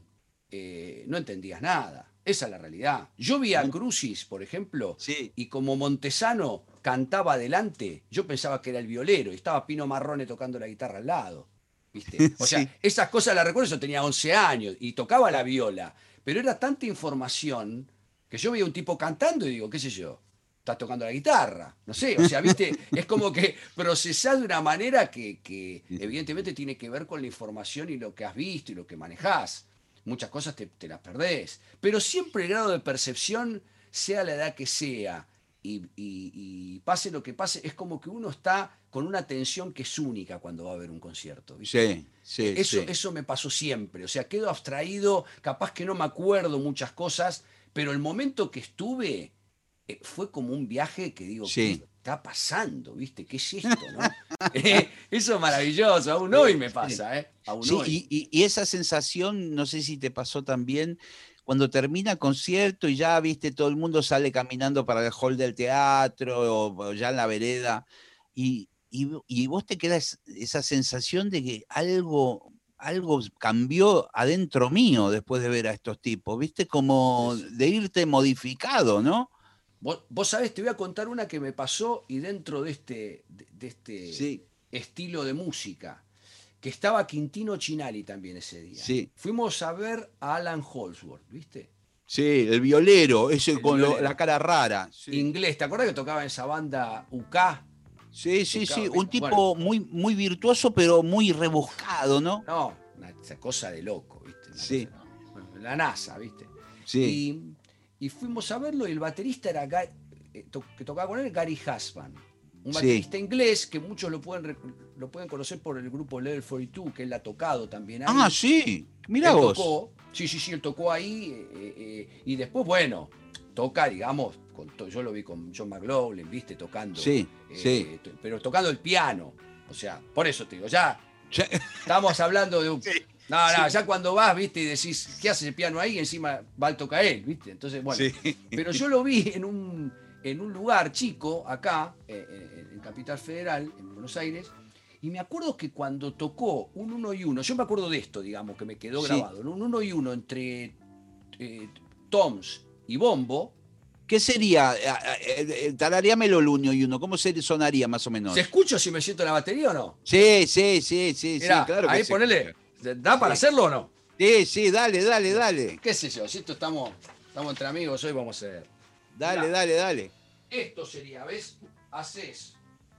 eh, no entendías nada. Esa es la realidad. Yo vi a no, Crucis, por ejemplo, sí. y como Montesano cantaba adelante, yo pensaba que era el violero y estaba Pino Marrone tocando la guitarra al lado. ¿Viste? O sea, Sí, esas cosas las recuerdo, yo tenía once años y tocaba la viola, pero era tanta información que yo veía un tipo cantando y digo, qué sé yo, está tocando la guitarra, no sé, o sea, viste, es como que procesás de una manera que, que evidentemente tiene que ver con la información y lo que has visto y lo que manejás. Muchas cosas te, te las perdés, pero siempre el grado de percepción, sea la edad que sea, y, y- y pase lo que pase, es como que uno está con una atención que es única cuando va a ver un concierto, ¿viste? sí, Eh, sí, Eso, sí, eso me pasó siempre, o sea, quedo abstraído, capaz que no me acuerdo muchas cosas, pero el momento que estuve eh, fue como un viaje que digo, ¿qué sí, está pasando? ¿Viste? ¿Qué es esto, no? Eh, eso es maravilloso, aún hoy sí, me sí. pasa, ¿eh? Aún Sí, hoy. y, y- y esa sensación, no sé si te pasó también, cuando termina el concierto y ya, viste, todo el mundo sale caminando para el hall del teatro o, o ya en la vereda, y, y, y vos te quedas esa sensación de que algo, algo cambió adentro mío después de ver a estos tipos, viste, Sí, como sí. de irte modificado, ¿no? Vos, vos sabés, te voy a contar una que me pasó y dentro de este, de, de este Sí, estilo de música, que estaba Quintino Chinali también ese día. sí. Fuimos a ver a Alan Holdsworth, ¿viste? Sí, el violero, ese El con lo- la violero. cara rara. Sí, Inglés, ¿te acuerdas que tocaba en esa banda U K? sí, sí, Tocaba, sí. Un ¿viste? Bueno, tipo muy, muy virtuoso, pero muy rebuscado, ¿no? no, una esa cosa de loco, ¿viste? Una cosa, Sí, bueno, la NASA, ¿viste? sí, Y, y fuimos a verlo y el baterista era Ga- eh, to- que tocaba con él, Gary Husband. Un sí. baterista inglés que muchos lo pueden, rec- lo pueden conocer por el grupo Level cuarenta y dos, que él ha tocado también Ah, ahí. sí. Mira Él vos. tocó, sí, sí, sí, él tocó ahí. eh, eh, y después, bueno, toca, digamos, con to- yo lo vi con John McLaughlin, ¿viste? Tocando, Sí, sí. eh, to- pero tocando el piano. O sea, por eso te digo, ya Ya- estamos hablando de un. Sí, No, no, sí, ya cuando vas, viste, y decís, ¿qué hace el piano ahí? Y encima va al toca él, viste. Entonces, bueno. sí. Pero yo lo vi en un, en un lugar chico, acá, eh, eh, en Capital Federal, en Buenos Aires, y me acuerdo que cuando tocó un uno y uno, yo me acuerdo de esto, digamos, que me quedó Sí. grabado, en un uno y uno entre eh, toms y bombo. ¿Qué sería? Ah, ah, eh, eh, Tarareámelo el uno y uno. ¿Cómo se sonaría más o ¿Se menos? escucha si me siento en la batería o no? Sí, sí, sí, sí, sí, Mirá, claro que ahí se escucha. ponele, ¿da para Sí, hacerlo o no? sí, sí, dale, dale, dale. ¿Qué sé yo? Si esto estamos, estamos entre amigos hoy, vamos a hacer. Dale, Mirá, dale, dale. esto sería, ¿ves? Haces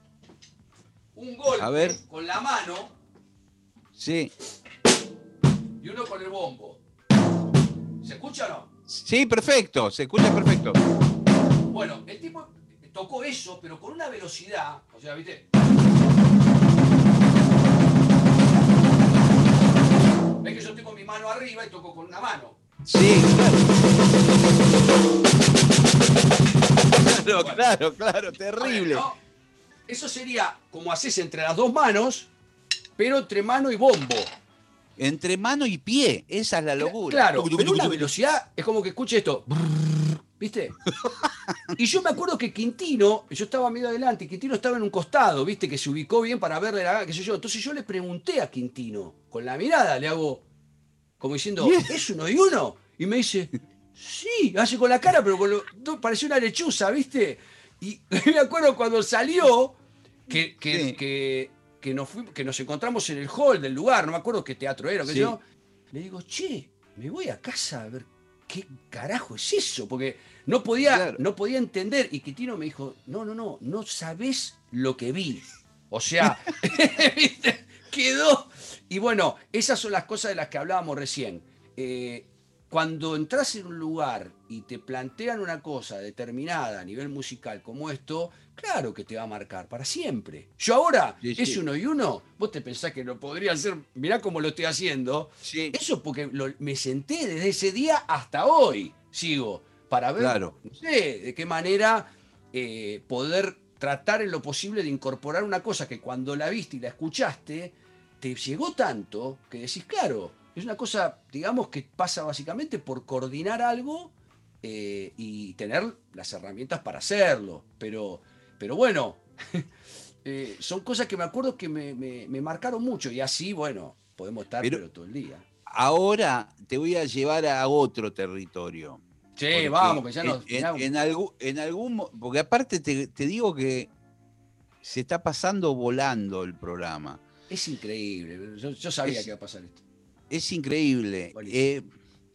un A ver, golpe con la mano sí. y uno con el bombo. ¿Se escucha o no? Sí, perfecto, se escucha perfecto. Bueno, el tipo tocó eso, pero con una velocidad, o sea, ¿viste? Ves que yo tengo mi mano arriba y toco con una mano. Sí, claro. Claro, Bueno, claro, claro, a ver, terrible. ¿no? Eso sería como haces entre las dos manos, pero entre mano y bombo. Entre mano y pie, esa es la Cla- locura. Claro, pero una velocidad es como que escuche esto. ¿viste? Y yo me acuerdo que Quintino, yo estaba medio adelante, y Quintino estaba en un costado, ¿viste? Que se ubicó bien para verle la, qué sé yo. Entonces yo le pregunté a Quintino, con la mirada le hago, como diciendo, Bien. ¿es uno y uno? Y me dice, sí, hace con la cara, pero con lo, no, parecía una lechuza, ¿viste? Y me acuerdo cuando salió, que, que, Sí, que, que, nos fuimos, que nos encontramos en el hall del lugar, no me acuerdo qué teatro era, qué sé sí, yo. Le digo, che, me voy a casa a ver qué carajo es eso, porque no podía, claro. no podía entender. Y Quitino me dijo, no, no, no, no sabés lo que vi. O sea, ¿viste? Quedó. Y bueno, esas son las cosas de las que hablábamos recién. Eh, cuando entras en un lugar y te plantean una cosa determinada a nivel musical como esto, claro que te va a marcar para siempre. Yo ahora, Sí, es sí, uno y uno, vos te pensás que lo podría hacer, mirá cómo lo estoy haciendo. sí, Eso porque lo- me senté desde ese día hasta hoy, sigo, para ver, claro. no sé, de qué manera eh, poder tratar en lo posible de incorporar una cosa que cuando la viste y la escuchaste, te llegó tanto que decís, claro, es una cosa, digamos, que pasa básicamente por coordinar algo eh, y tener las herramientas para hacerlo. Pero, pero bueno, eh, son cosas que me acuerdo que me, me- me marcaron mucho y así, bueno, podemos estar Pero pero todo el día. ahora te voy a llevar a otro territorio. Che, vamos, Porque que ya en, nos... en, mirá, en algún, en algún, mo- porque aparte te, te digo que se está pasando volando el programa. es increíble, yo, yo sabía que Es, iba a pasar esto. es increíble. Buenísimo. Eh,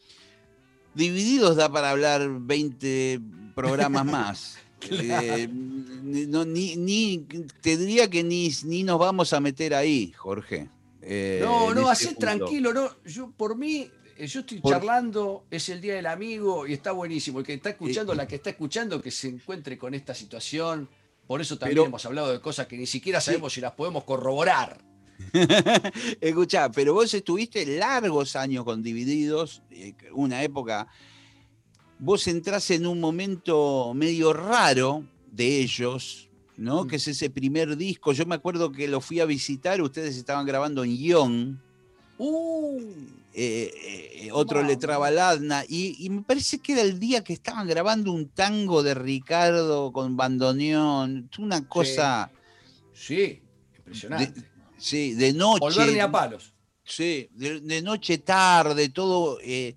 Divididos da para hablar veinte programas más. Claro. Eh, ni, no, ni, ni- te diría que ni, ni nos vamos a meter ahí, Jorge, eh, No, en no, ese hacé punto. tranquilo, no. Yo, por mí, eh, yo estoy Por, charlando, es el Día del Amigo y está buenísimo. El que está eh, escuchando, la que está escuchando, que se encuentre con esta situación. Por eso también pero hemos hablado de cosas que ni siquiera sí, sabemos si las podemos corroborar. escuchá, pero vos estuviste largos años con Divididos, eh, una época, vos entrás en un momento medio raro de ellos, ¿no? Mm. Que es ese primer disco. Yo me acuerdo que lo fui a visitar, ustedes estaban grabando en Ion, Uh, eh, eh, otro le traba mamá. al Adna, y, y me parece que era el día que estaban grabando un tango de Ricardo con bandoneón, una Sí, cosa sí, de, impresionante. sí, de Volver noche, ni a palos. sí, de, de noche tarde, todo. Eh,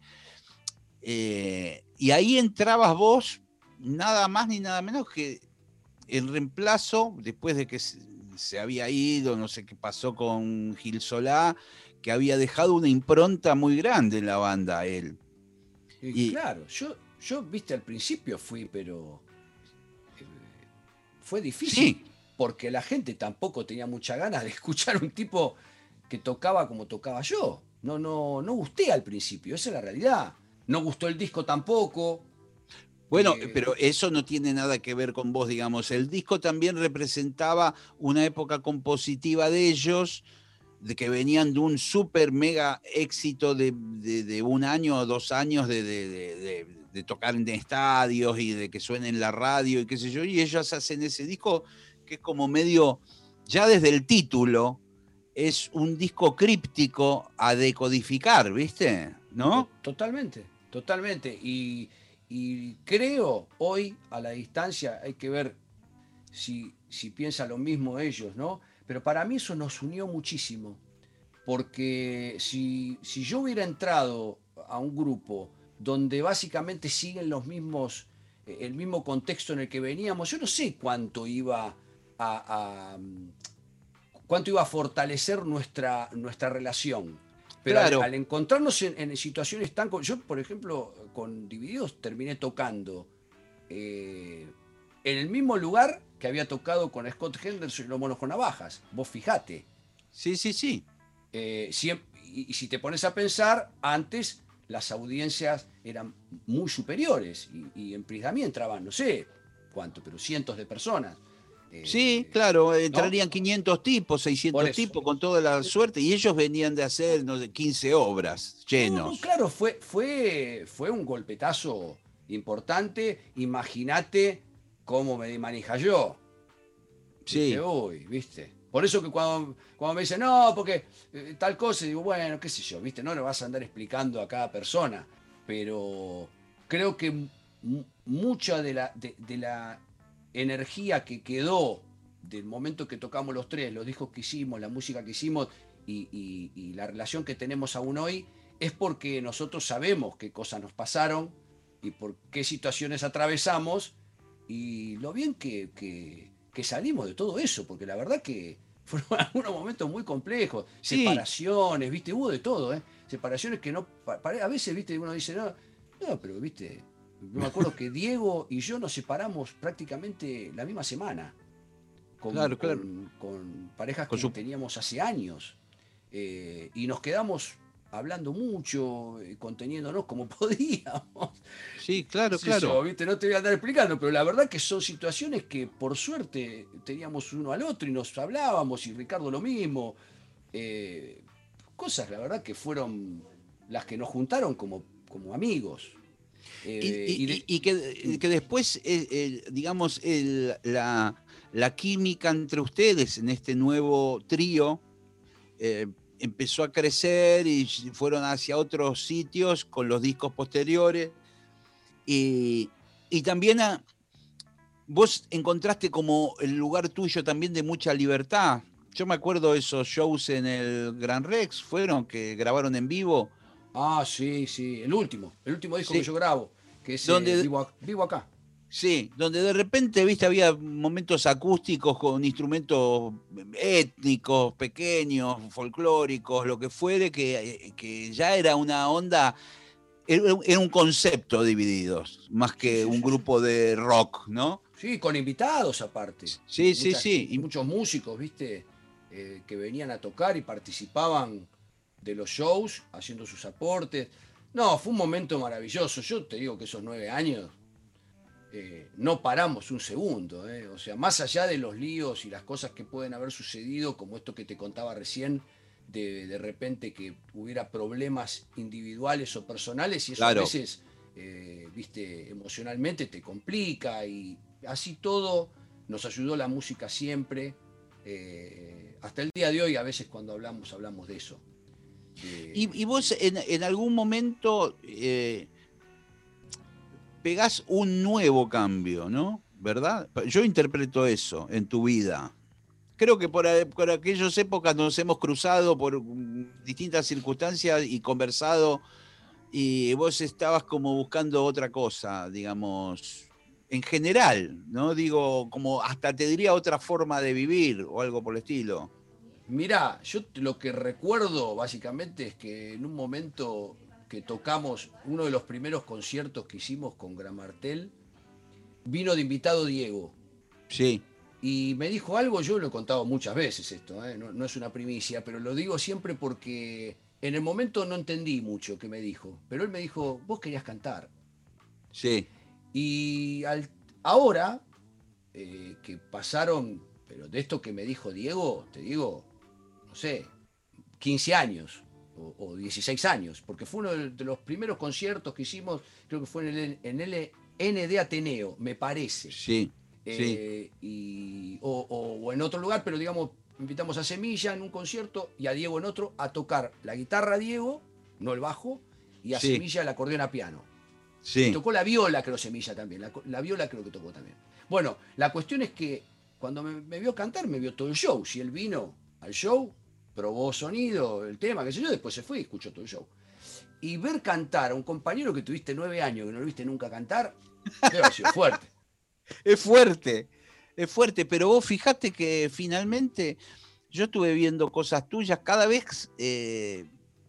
eh, y ahí entrabas vos, nada más ni nada menos que el reemplazo, después de que se, se había ido, no sé qué pasó con Gil Solá, que había dejado una impronta muy grande en la banda, él. Y Y claro, yo, yo, viste, al principio fui, pero eh, fue difícil sí, porque la gente tampoco tenía mucha ganas de escuchar un tipo que tocaba como tocaba yo. No, no, no gusté al principio, esa es la realidad. No gustó el disco tampoco. bueno, eh, pero eso no tiene nada que ver con vos, digamos. El disco también representaba una época compositiva de ellos, de que venían de un súper mega éxito de, de, de, un año o dos años de, de, de, de, tocar en estadios y de que suene en la radio y qué sé yo, y ellos hacen ese disco que es como medio, ya desde el título, es un disco críptico a decodificar, ¿viste? to- ¿No? totalmente, totalmente. Y, y creo hoy a la distancia hay que ver si, si piensan lo mismo ellos, ¿no? Pero para mí eso nos unió muchísimo. Porque si, si yo hubiera entrado a un grupo donde básicamente siguen los mismos, eh, el mismo contexto en el que veníamos, yo no sé cuánto iba a, a, mm, cuánto iba a fortalecer nuestra, nuestra relación. Pero al, Claro, al encontrarnos en, en situaciones tan... Yo, por ejemplo, con Divididos terminé tocando eh, en el mismo lugar que había tocado con Scott Henderson y los Monos con Navajas. Vos fijate. sí, sí, sí. Eh, siem- y, y si te pones a pensar, antes las audiencias eran muy superiores y, y en Prisdamí entraban, no sé cuánto, pero cientos de personas. Sí, Eh, claro, ¿No? entrarían quinientos tipos, Por seiscientos eso. tipos con toda la suerte, y ellos venían de hacer, no sé, quince obras No, no, llenos. claro, fue, fue, fue un golpetazo importante. Imagínate cómo me maneja yo. Dije, Sí, uy, ¿viste? Por eso que cuando, cuando me dicen, no, porque eh, tal cosa, digo, bueno, qué sé yo, ¿viste? No le vas a andar explicando a cada persona, pero creo que mucha de la, de, de la energía que quedó del momento que tocamos los tres, los discos que hicimos, la música que hicimos y, y, y la relación que tenemos aún hoy, es porque nosotros sabemos qué cosas nos pasaron y por qué situaciones atravesamos y lo bien que, que, que salimos de todo eso, porque la verdad que fueron algunos momentos muy complejos, Sí, separaciones, viste, hubo de todo, ¿eh? Separaciones que no, a veces, viste, uno dice, no, no, pero viste, me acuerdo que Diego y yo nos separamos prácticamente la misma semana, con, claro, claro. con, con parejas Con que su... teníamos hace años, eh, y nos quedamos hablando mucho, eh, conteniéndonos como podíamos. Sí, ¿Qué claro, sé yo? claro. ¿Viste? No te voy a andar explicando, pero la verdad que son situaciones que por suerte teníamos uno al otro y nos hablábamos, y Ricardo lo mismo. Eh, cosas, la verdad, que fueron las que nos juntaron como, como amigos. Y, Eh, y y- de- y que, que después, eh, el- digamos, el- la, la química entre ustedes en este nuevo trío eh, empezó a crecer y fueron hacia otros sitios con los discos posteriores. Y, y también a- vos encontraste como el lugar tuyo también de mucha libertad. Yo me acuerdo de esos shows en el Gran Rex, fueron que grabaron en vivo. ah, sí, sí, el último, el último disco que Sí, yo grabo, que es eh, donde, vivo, Ac- Vivo Acá. sí, donde de repente, viste, había momentos acústicos con instrumentos étnicos, pequeños, folclóricos, lo que fuere, que, que ya era una onda, era era un concepto Divididos, más Sí, que sí, un sí, sí. grupo de rock, ¿no? Sí, con invitados aparte. Sí, sí, Muchas, sí. Y muchos músicos, viste, eh, que venían a tocar y participaban de los shows, haciendo sus aportes. No, fue un momento maravilloso. Yo te digo que esos nueve años eh, no paramos un segundo. eh. O sea, más allá de los líos y las cosas que pueden haber sucedido, como esto que te contaba recién, de, de repente que hubiera problemas individuales o personales, y eso a claro. veces, eh, viste, emocionalmente te complica, y así todo nos ayudó la música siempre. eh, hasta el día de hoy, a veces cuando hablamos, hablamos de eso. Y, De, y vos de- en, en algún momento eh, pegás un nuevo cambio, ¿no? ¿Verdad? Yo interpreto eso en tu vida. Creo que por, a- por aquellas épocas nos hemos cruzado por mm, distintas circunstancias y conversado y vos estabas como buscando otra cosa, digamos, en general, ¿no? Digo, como hasta te diría otra forma de vivir o algo por el estilo. Mirá, yo lo que recuerdo básicamente es que en un momento que tocamos uno de los primeros conciertos que hicimos con Gran Martel, vino de invitado Diego Sí, y me dijo algo. Yo lo he contado muchas veces esto, ¿eh? no, no es una primicia, pero lo digo siempre porque en el momento no entendí mucho qué me dijo, pero él me dijo, vos querías cantar. sí, Y al- ahora eh, que pasaron, pero de esto que me dijo Diego, te digo, no sé, quince años o, o dieciséis años, porque fue uno de, de los primeros conciertos que hicimos, creo que fue en el, en el N D Ateneo, me parece, sí, sí, eh, y, o, o- o en otro lugar, pero digamos, invitamos a Semilla en un concierto y a Diego en otro a tocar la guitarra a Diego, no el bajo, y a sí, Semilla el acordeón a piano. Y sí, tocó la viola, creo, Semilla también. La, la viola creo que tocó también. Bueno, la cuestión es que cuando me, me vio cantar, me vio todo el show. Si él vino al show, probó sonido, el tema, qué sé yo, después se fue y escuchó todo el show. Y ver cantar a un compañero que tuviste nueve años, que no lo viste nunca cantar, debe haber sido fuerte. es fuerte, es fuerte, pero vos fijate que finalmente yo estuve viendo cosas tuyas, cada vez eh,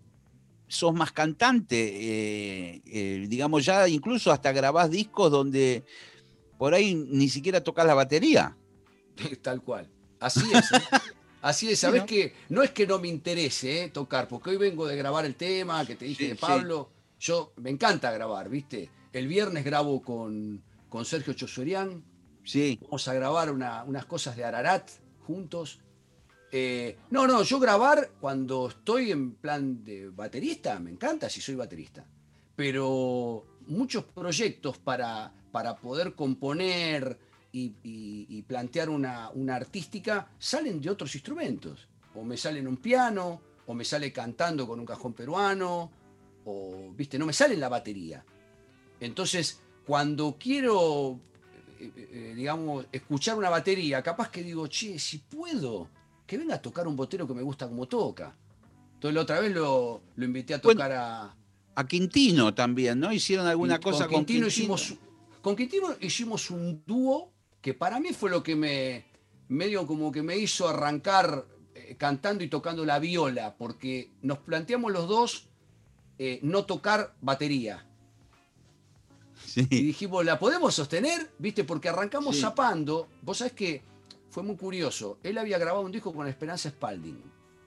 sos más cantante, eh, eh, digamos ya incluso hasta grabás discos donde por ahí ni siquiera tocas la batería. Tal cual. Así es, ¿eh? Así es, Sí, sabés ¿no? que no es que no me interese, ¿eh? tocar, porque hoy vengo de grabar el tema que te dije de Sí, sí, Pablo. Yo me encanta grabar, ¿viste? El viernes grabo con, con Sergio Chosorian. sí, Vamos a grabar una- unas cosas de Ararat juntos. Eh, no, no, yo grabar cuando estoy en plan de baterista, me encanta si soy baterista. Pero muchos proyectos para, para poder componer y, y- y plantear una, una artística salen de otros instrumentos. O me sale en un piano, o me sale cantando con un cajón peruano, o, viste, no me sale en la batería. Entonces, cuando quiero, eh, eh, digamos, escuchar una batería, capaz que digo, che, si puedo, que venga a tocar un botero que me gusta como toca. Entonces la otra vez lo, lo invité a Bueno, tocar a... a Quintino también, ¿no? Hicieron alguna Con cosa con Quintino Quintino. hicimos, con Quintino hicimos un dúo que para mí fue lo que me, medio como que me hizo arrancar eh, cantando y tocando la viola, porque nos planteamos los dos eh, no tocar batería. Y Sí, dijimos, ¿la podemos sostener? ¿Viste? Porque arrancamos sí, zapando. Vos sabés que fue muy curioso. Él había grabado un disco con Esperanza Spalding,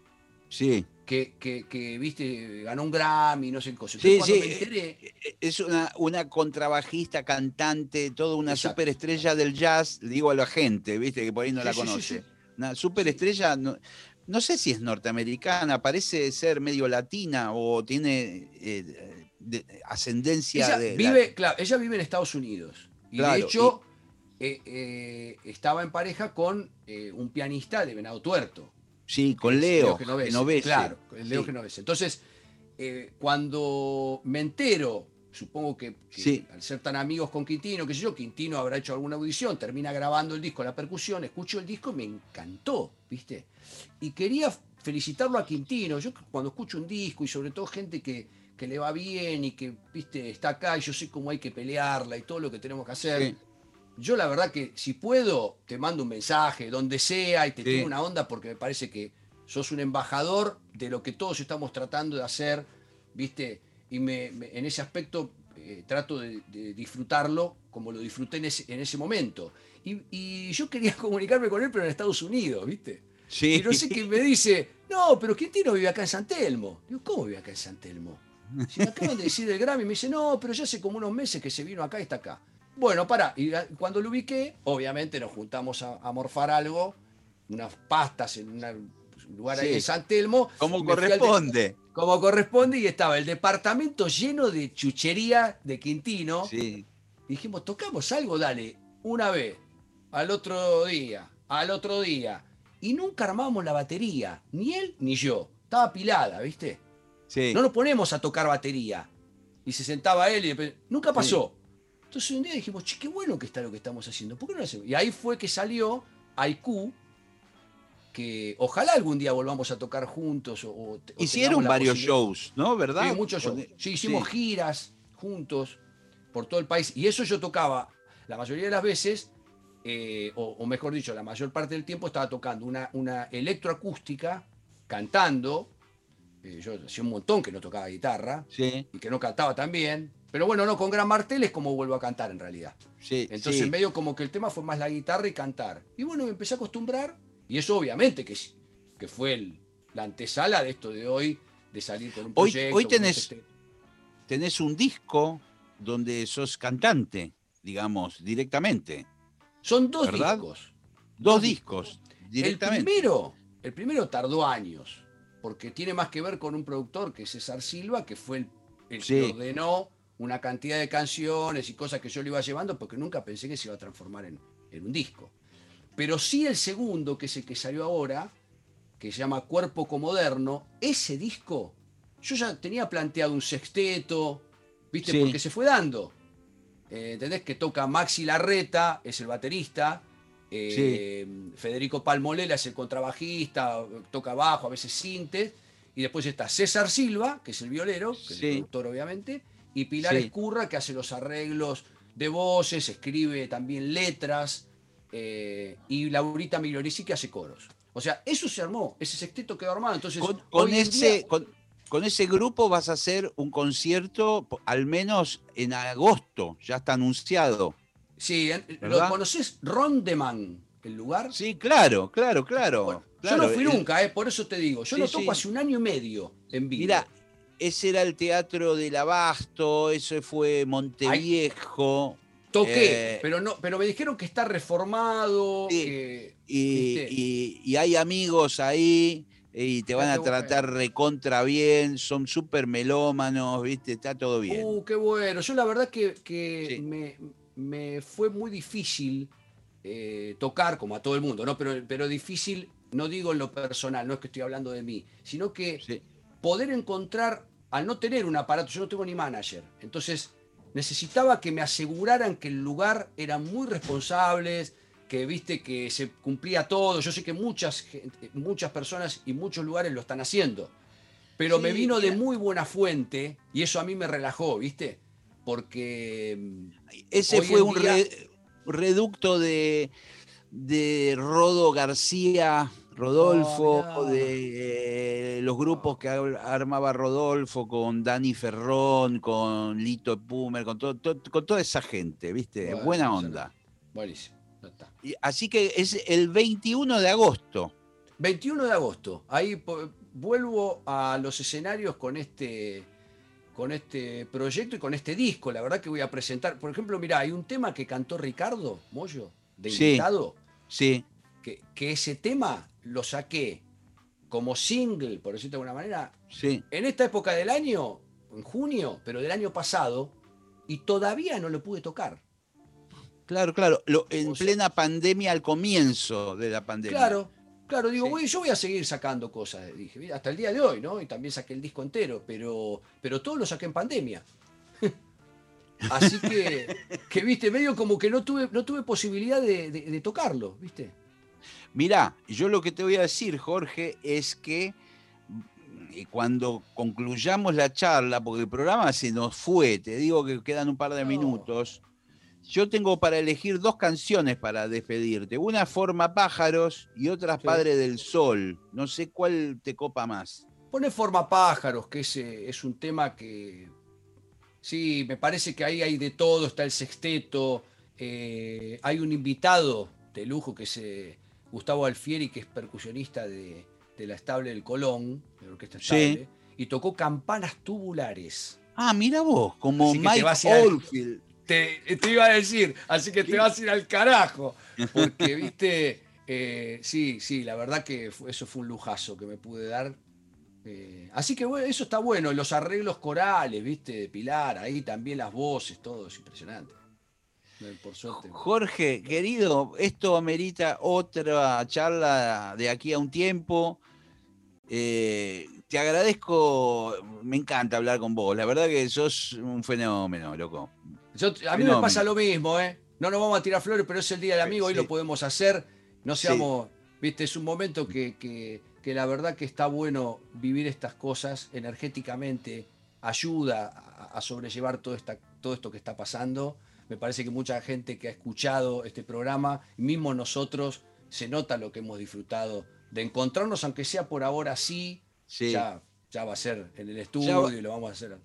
sí. que, que, que, viste, ganó un Grammy, no sé qué cosa. Entonces Sí, sí, cuando me eh, enteré, eh, es una, una contrabajista, cantante, toda una exacto. superestrella del jazz, digo a la gente, viste, que por ahí no Sí, la sí, sí, sí. conoce. Una Sí. superestrella, no, no sé si es norteamericana, parece ser medio latina o tiene eh, de- ascendencia Ella de la. vive, claro, ella vive en Estados Unidos. Y de Claro, y hecho, eh, eh, estaba en pareja con eh, un pianista de Venado Tuerto, sí, que con es Leo Leo, Genovese. Genovese, Claro, el Leo sí, Genovese. Entonces, eh, cuando me entero, supongo que, que sí, al ser tan amigos con Quintino, qué sé yo, Quintino habrá hecho alguna audición, termina grabando el disco, la percusión, escucho el disco y me encantó, ¿viste? Y quería felicitarlo a Quintino. Yo cuando escucho un disco y sobre todo gente que, que le va bien y que, viste, está acá y yo sé cómo hay que pelearla y todo lo que tenemos que hacer, sí, yo la verdad que si puedo, te mando un mensaje, donde sea, y te tiro sí, una onda porque me parece que sos un embajador de lo que todos estamos tratando de hacer, ¿viste? Y me, me- en ese aspecto eh, trato de, de disfrutarlo como lo disfruté en ese, en ese momento. Y, y yo quería comunicarme con él, pero en Estados Unidos, ¿viste? Y sí. no sé qué me dice, no, pero Quintino vive acá en San Telmo. Digo, ¿cómo vive acá en San Telmo? Si me acaban de decir el Grammy, me dice, no, pero ya hace como unos meses que se vino acá y está acá. Bueno, pará, y cuando lo ubiqué, obviamente nos juntamos a, a morfar algo, unas pastas en una- un lugar ahí en Sí, San Telmo, como y me fui al de, corresponde. como corresponde, y estaba el departamento lleno de chuchería de Quintino. Sí, Y dijimos, tocamos algo, dale, una vez, al otro día, al otro día. Y nunca armamos la batería, ni él ni yo. Estaba pilada, ¿viste? No sí, nos ponemos a tocar batería. Y se sentaba él y después, nunca sí. pasó. Entonces un día dijimos, che, qué bueno que está lo que estamos haciendo. ¿Por qué no lo hacemos? Y ahí fue que salió Haiku, que ojalá algún día volvamos a tocar juntos o, o- o tengamos Hicieron la varios posibilidad. shows, ¿no? Sí, ¿Verdad? muchos Con shows. e- Sí, hicimos Sí, giras juntos por todo el país. Y eso yo tocaba la mayoría de las veces, eh, o, o mejor dicho, la mayor parte del tiempo estaba tocando una, una electroacústica, cantando. Eh, yo hacía un montón que no tocaba guitarra sí, y que no cantaba tan bien. Pero bueno, no, con Gran Martel es como vuelvo a cantar en realidad. sí, Entonces sí. medio como que el tema fue más la guitarra y cantar. Y bueno, me empecé a acostumbrar. Y eso obviamente que, que fue el- la antesala de esto de hoy, de salir con un Hoy, hoy proyecto, con un tenés, sexteto. tenés un disco donde sos cantante, digamos, directamente, Son dos ¿verdad? discos. Dos Dos discos. discos, El directamente. primero, el primero tardó años, porque tiene más que ver con un productor que es César Silva, que fue el, el que Sí, ordenó una cantidad de canciones y cosas que yo le iba llevando, porque nunca pensé que se iba a transformar en, en un disco. Pero sí el segundo, que es el que salió ahora, que se llama Cuerpo Comoderno, ese disco, yo ya tenía planteado un sexteto, ¿viste? Porque sí, se fue dando. Eh, ¿Entendés? Que toca Maxi Larreta, es el baterista. sí, eh, Federico Palmolela es el contrabajista, toca bajo, a veces sintes. Y después está César Silva, que es el violero, que es el sí, productor obviamente. Y Pilar sí. Escurra, que hace los arreglos de voces, escribe también letras. eh, y Laurita Migliorissi, que hace coros. O sea, eso se armó, ese sexteto quedó armado. Entonces, Con, con hoy en día, ese, con, con ese grupo vas a hacer un concierto, po- al menos en agosto, ya está anunciado, sí, ¿lo ¿verdad? conoces? Rondeman, el lugar. Sí, claro, claro, Bueno, claro, yo no claro. fui El- nunca, eh, por eso te digo. Yo sí, no toco sí. hace un año y medio en Mira, vivo. ese era el Teatro del Abasto, eso fue Ahí Monteviejo. toqué, eh, pero no, pero me dijeron que está reformado, sí, que, y, viste, y- y hay amigos ahí y te van mirá qué a tratar bueno. recontra bien, son súper melómanos, ¿viste? Está todo bien. Uh, qué bueno. Yo la verdad que, que Sí, me, me fue muy difícil eh, tocar, como a todo el mundo, ¿no? Pero, pero difícil, no digo en lo personal, no es que estoy hablando de mí, sino que sí, poder encontrar, al no tener un aparato, yo no tengo ni manager, entonces necesitaba que me aseguraran que el lugar eran muy responsables, que viste que se cumplía todo. Yo sé que muchas, gente- muchas personas y muchos lugares lo están haciendo, pero me Sí, vino de mira, muy buena fuente y eso a mí me relajó, ¿viste? Porque mm, ese hoy fue en un día... re- reducto de, de Rodo García, Oh, Rodolfo, mirá. de eh, los grupos Oh, que ar- armaba Rodolfo con Dani Ferrón, con Lito Pumer, con, todo, to- con toda esa gente, ¿viste? bueno, Buena eso no. onda. Buenísimo. Ya está. Y- así que es el veintiuno de agosto. veintiuno de agosto. Ahí po- vuelvo a los escenarios con este, con este proyecto y con este disco. La verdad que voy a presentar. Por ejemplo, mirá, hay un tema que cantó Ricardo Mollo, de Sí, invitado, sí, que, que ese tema lo saqué como single, por decirlo de alguna manera, sí. en esta época del año, en junio, pero del año pasado, y todavía no lo pude tocar. Claro, claro. Lo- O en sea, plena pandemia, al comienzo de la pandemia. claro, claro, digo, Sí. güey, yo voy a seguir sacando cosas, dije, mira, hasta el día de hoy, ¿no? Y también saqué el disco entero, pero, pero todo lo saqué en pandemia. Así que, que viste, medio como que no tuve, no tuve posibilidad de, de- de tocarlo, ¿viste? Mirá, yo lo que te voy a decir, Jorge, es que mm, cuando concluyamos la charla, porque el programa se nos fue, te digo que quedan un par de No, minutos, yo tengo para elegir dos canciones para despedirte. Una Forma Pájaros y otra sí. Padre del Sol. No sé cuál te copa más. Pone Forma Pájaros, que ese es un tema que, sí, me parece que ahí hay de todo, está el sexteto, eh, hay un invitado de lujo que es eh, Gustavo Alfieri, que es percusionista de, de la Estable del Colón, de la Orquesta Sí. Estable, y tocó campanas tubulares. Ah, mira vos, como Así que te Mike vas a ir al, Oldfield. te, te iba a decir, así que te ¿Qué? vas a ir al carajo, porque, viste, eh, sí, sí, la verdad que fue- eso fue un lujazo que me pude dar. Eh, así que bueno, eso está bueno, los arreglos corales, viste, de Pilar, ahí también las voces, todo es impresionante. Eh, Por suerte. Jorge, querido, esto amerita otra charla de aquí a un tiempo. Eh, te agradezco, me encanta hablar con vos. La verdad que sos un fenómeno, loco. Yo, a mí me pasa Fenómeno. lo mismo, ¿eh? No nos vamos a tirar flores, pero es el Día del Eh, Amigo, hoy lo Sí, podemos hacer. No sí, seamos, viste, es un momento que, que, que la verdad que está bueno vivir estas cosas energéticamente, ayuda a, a sobrellevar todo, esta, todo esto que está pasando. Me parece que mucha gente que ha escuchado este programa, mismo nosotros, se nota lo que hemos disfrutado de encontrarnos, aunque sea por ahora sí, sí. ya, ya va a ser en el Ya, estudio y lo vamos a hacer.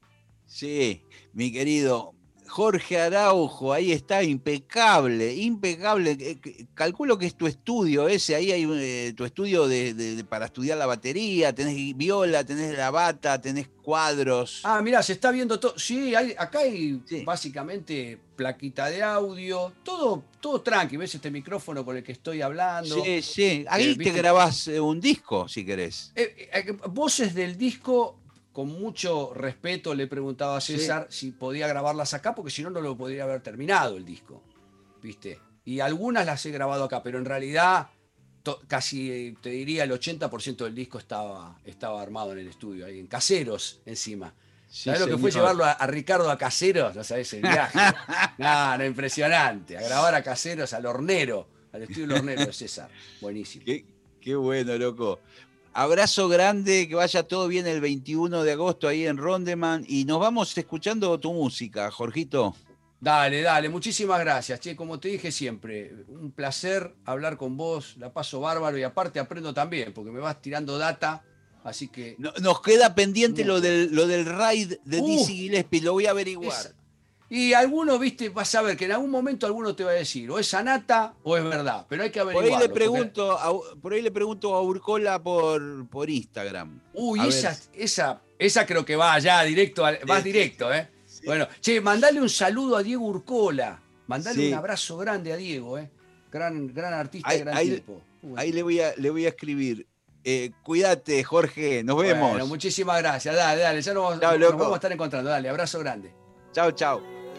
sí, mi querido Jorge Araujo, ahí está, impecable, impecable. Eh, c- Calculo que es tu estudio ese, ahí hay eh, tu estudio de, de- de- para estudiar la batería, tenés viola, tenés la bata, tenés cuadros. Ah, mirá, se está viendo todo. Sí, hay, acá hay Sí, básicamente plaquita de audio, todo, todo tranqui. ¿Ves este micrófono con el que estoy hablando? sí, sí. Que, Ahí te ¿viste? grabás eh, un disco, si querés. Eh, eh, voces del disco, con mucho respeto le preguntaba a Sí. César si podía grabarlas acá, porque si no, no lo podría haber terminado el disco. ¿Viste? Y algunas las he grabado acá, pero en realidad to- casi eh, te diría el ochenta por ciento del disco estaba, estaba armado en el estudio, ahí en Caseros encima. Sí, ¿Sabés lo que fue señor. llevarlo a, a Ricardo a Caseros? ¿No sabés el viaje? No, no, impresionante. A grabar a Caseros, al hornero, al estudio del hornero de César. Buenísimo. Qué, qué bueno, loco. Abrazo grande, que vaya todo bien el veintiuno de agosto ahí en Rondeman y nos vamos escuchando tu música, Jorgito. Dale, dale, muchísimas gracias, che, como te dije siempre, un placer hablar con vos, la paso bárbaro y aparte aprendo también, porque me vas tirando data, así que No- nos queda pendiente lo mutuo. del, lo del raid de Uh, Dizzy Gillespie, lo voy a esa. averiguar. Y alguno, viste, vas a ver que en algún momento alguno te va a decir, o es anata o es verdad, pero hay que Por ahí le averiguarlo, porque, pregunto a, por ahí le pregunto a Urcola por, por Instagram. uy, A ver. esa, esa, esa creo que va ya directo, al- vas Sí, sí, directo, ¿eh? sí. Bueno, che, mandale un saludo a Diego Urcola, mandale un Sí. abrazo grande a Diego, ¿eh? Gran, gran artista y Ahí, gran ahí- tipo. Muy ahí buen le, voy a, le voy a escribir. Eh, cuídate, Jorge. Nos Bueno, vemos. muchísimas gracias. Dale, dale, ya nos, Chao, nos vamos a loco. estar encontrando. Dale, abrazo grande. Chao, chao.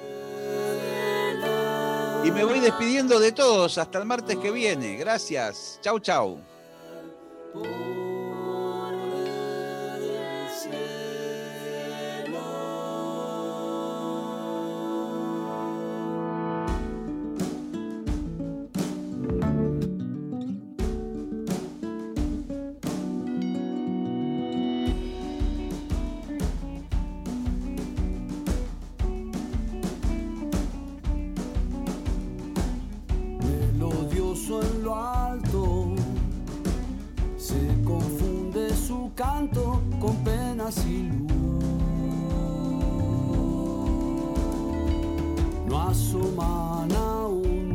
Y me voy despidiendo de todos hasta el martes que viene. Gracias. Chau, chau. llanto, con penas y luz. No asoman aún,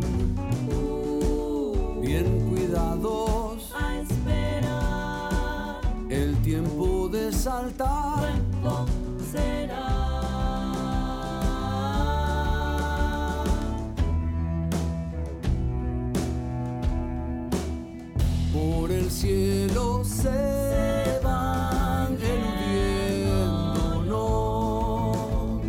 bien cuidados, a esperar. El tiempo de saltar Tiempo será. por el cielo se van eludiéndonos.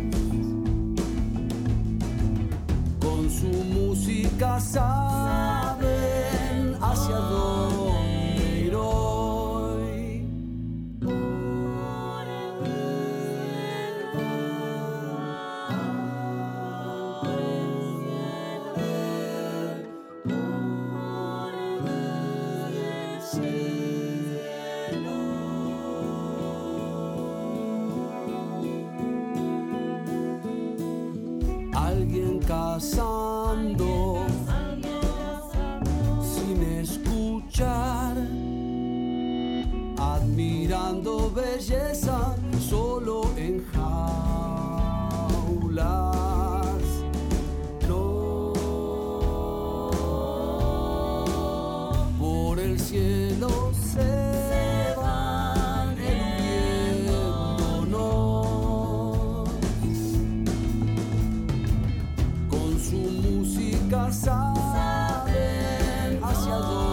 Con su música saben hacia dónde ir hoy. Alguien cazando sin escuchar, admirando belleza solo en jaulas. No, por el cielo se van eludiéndonos. Con su música saben hacia dónde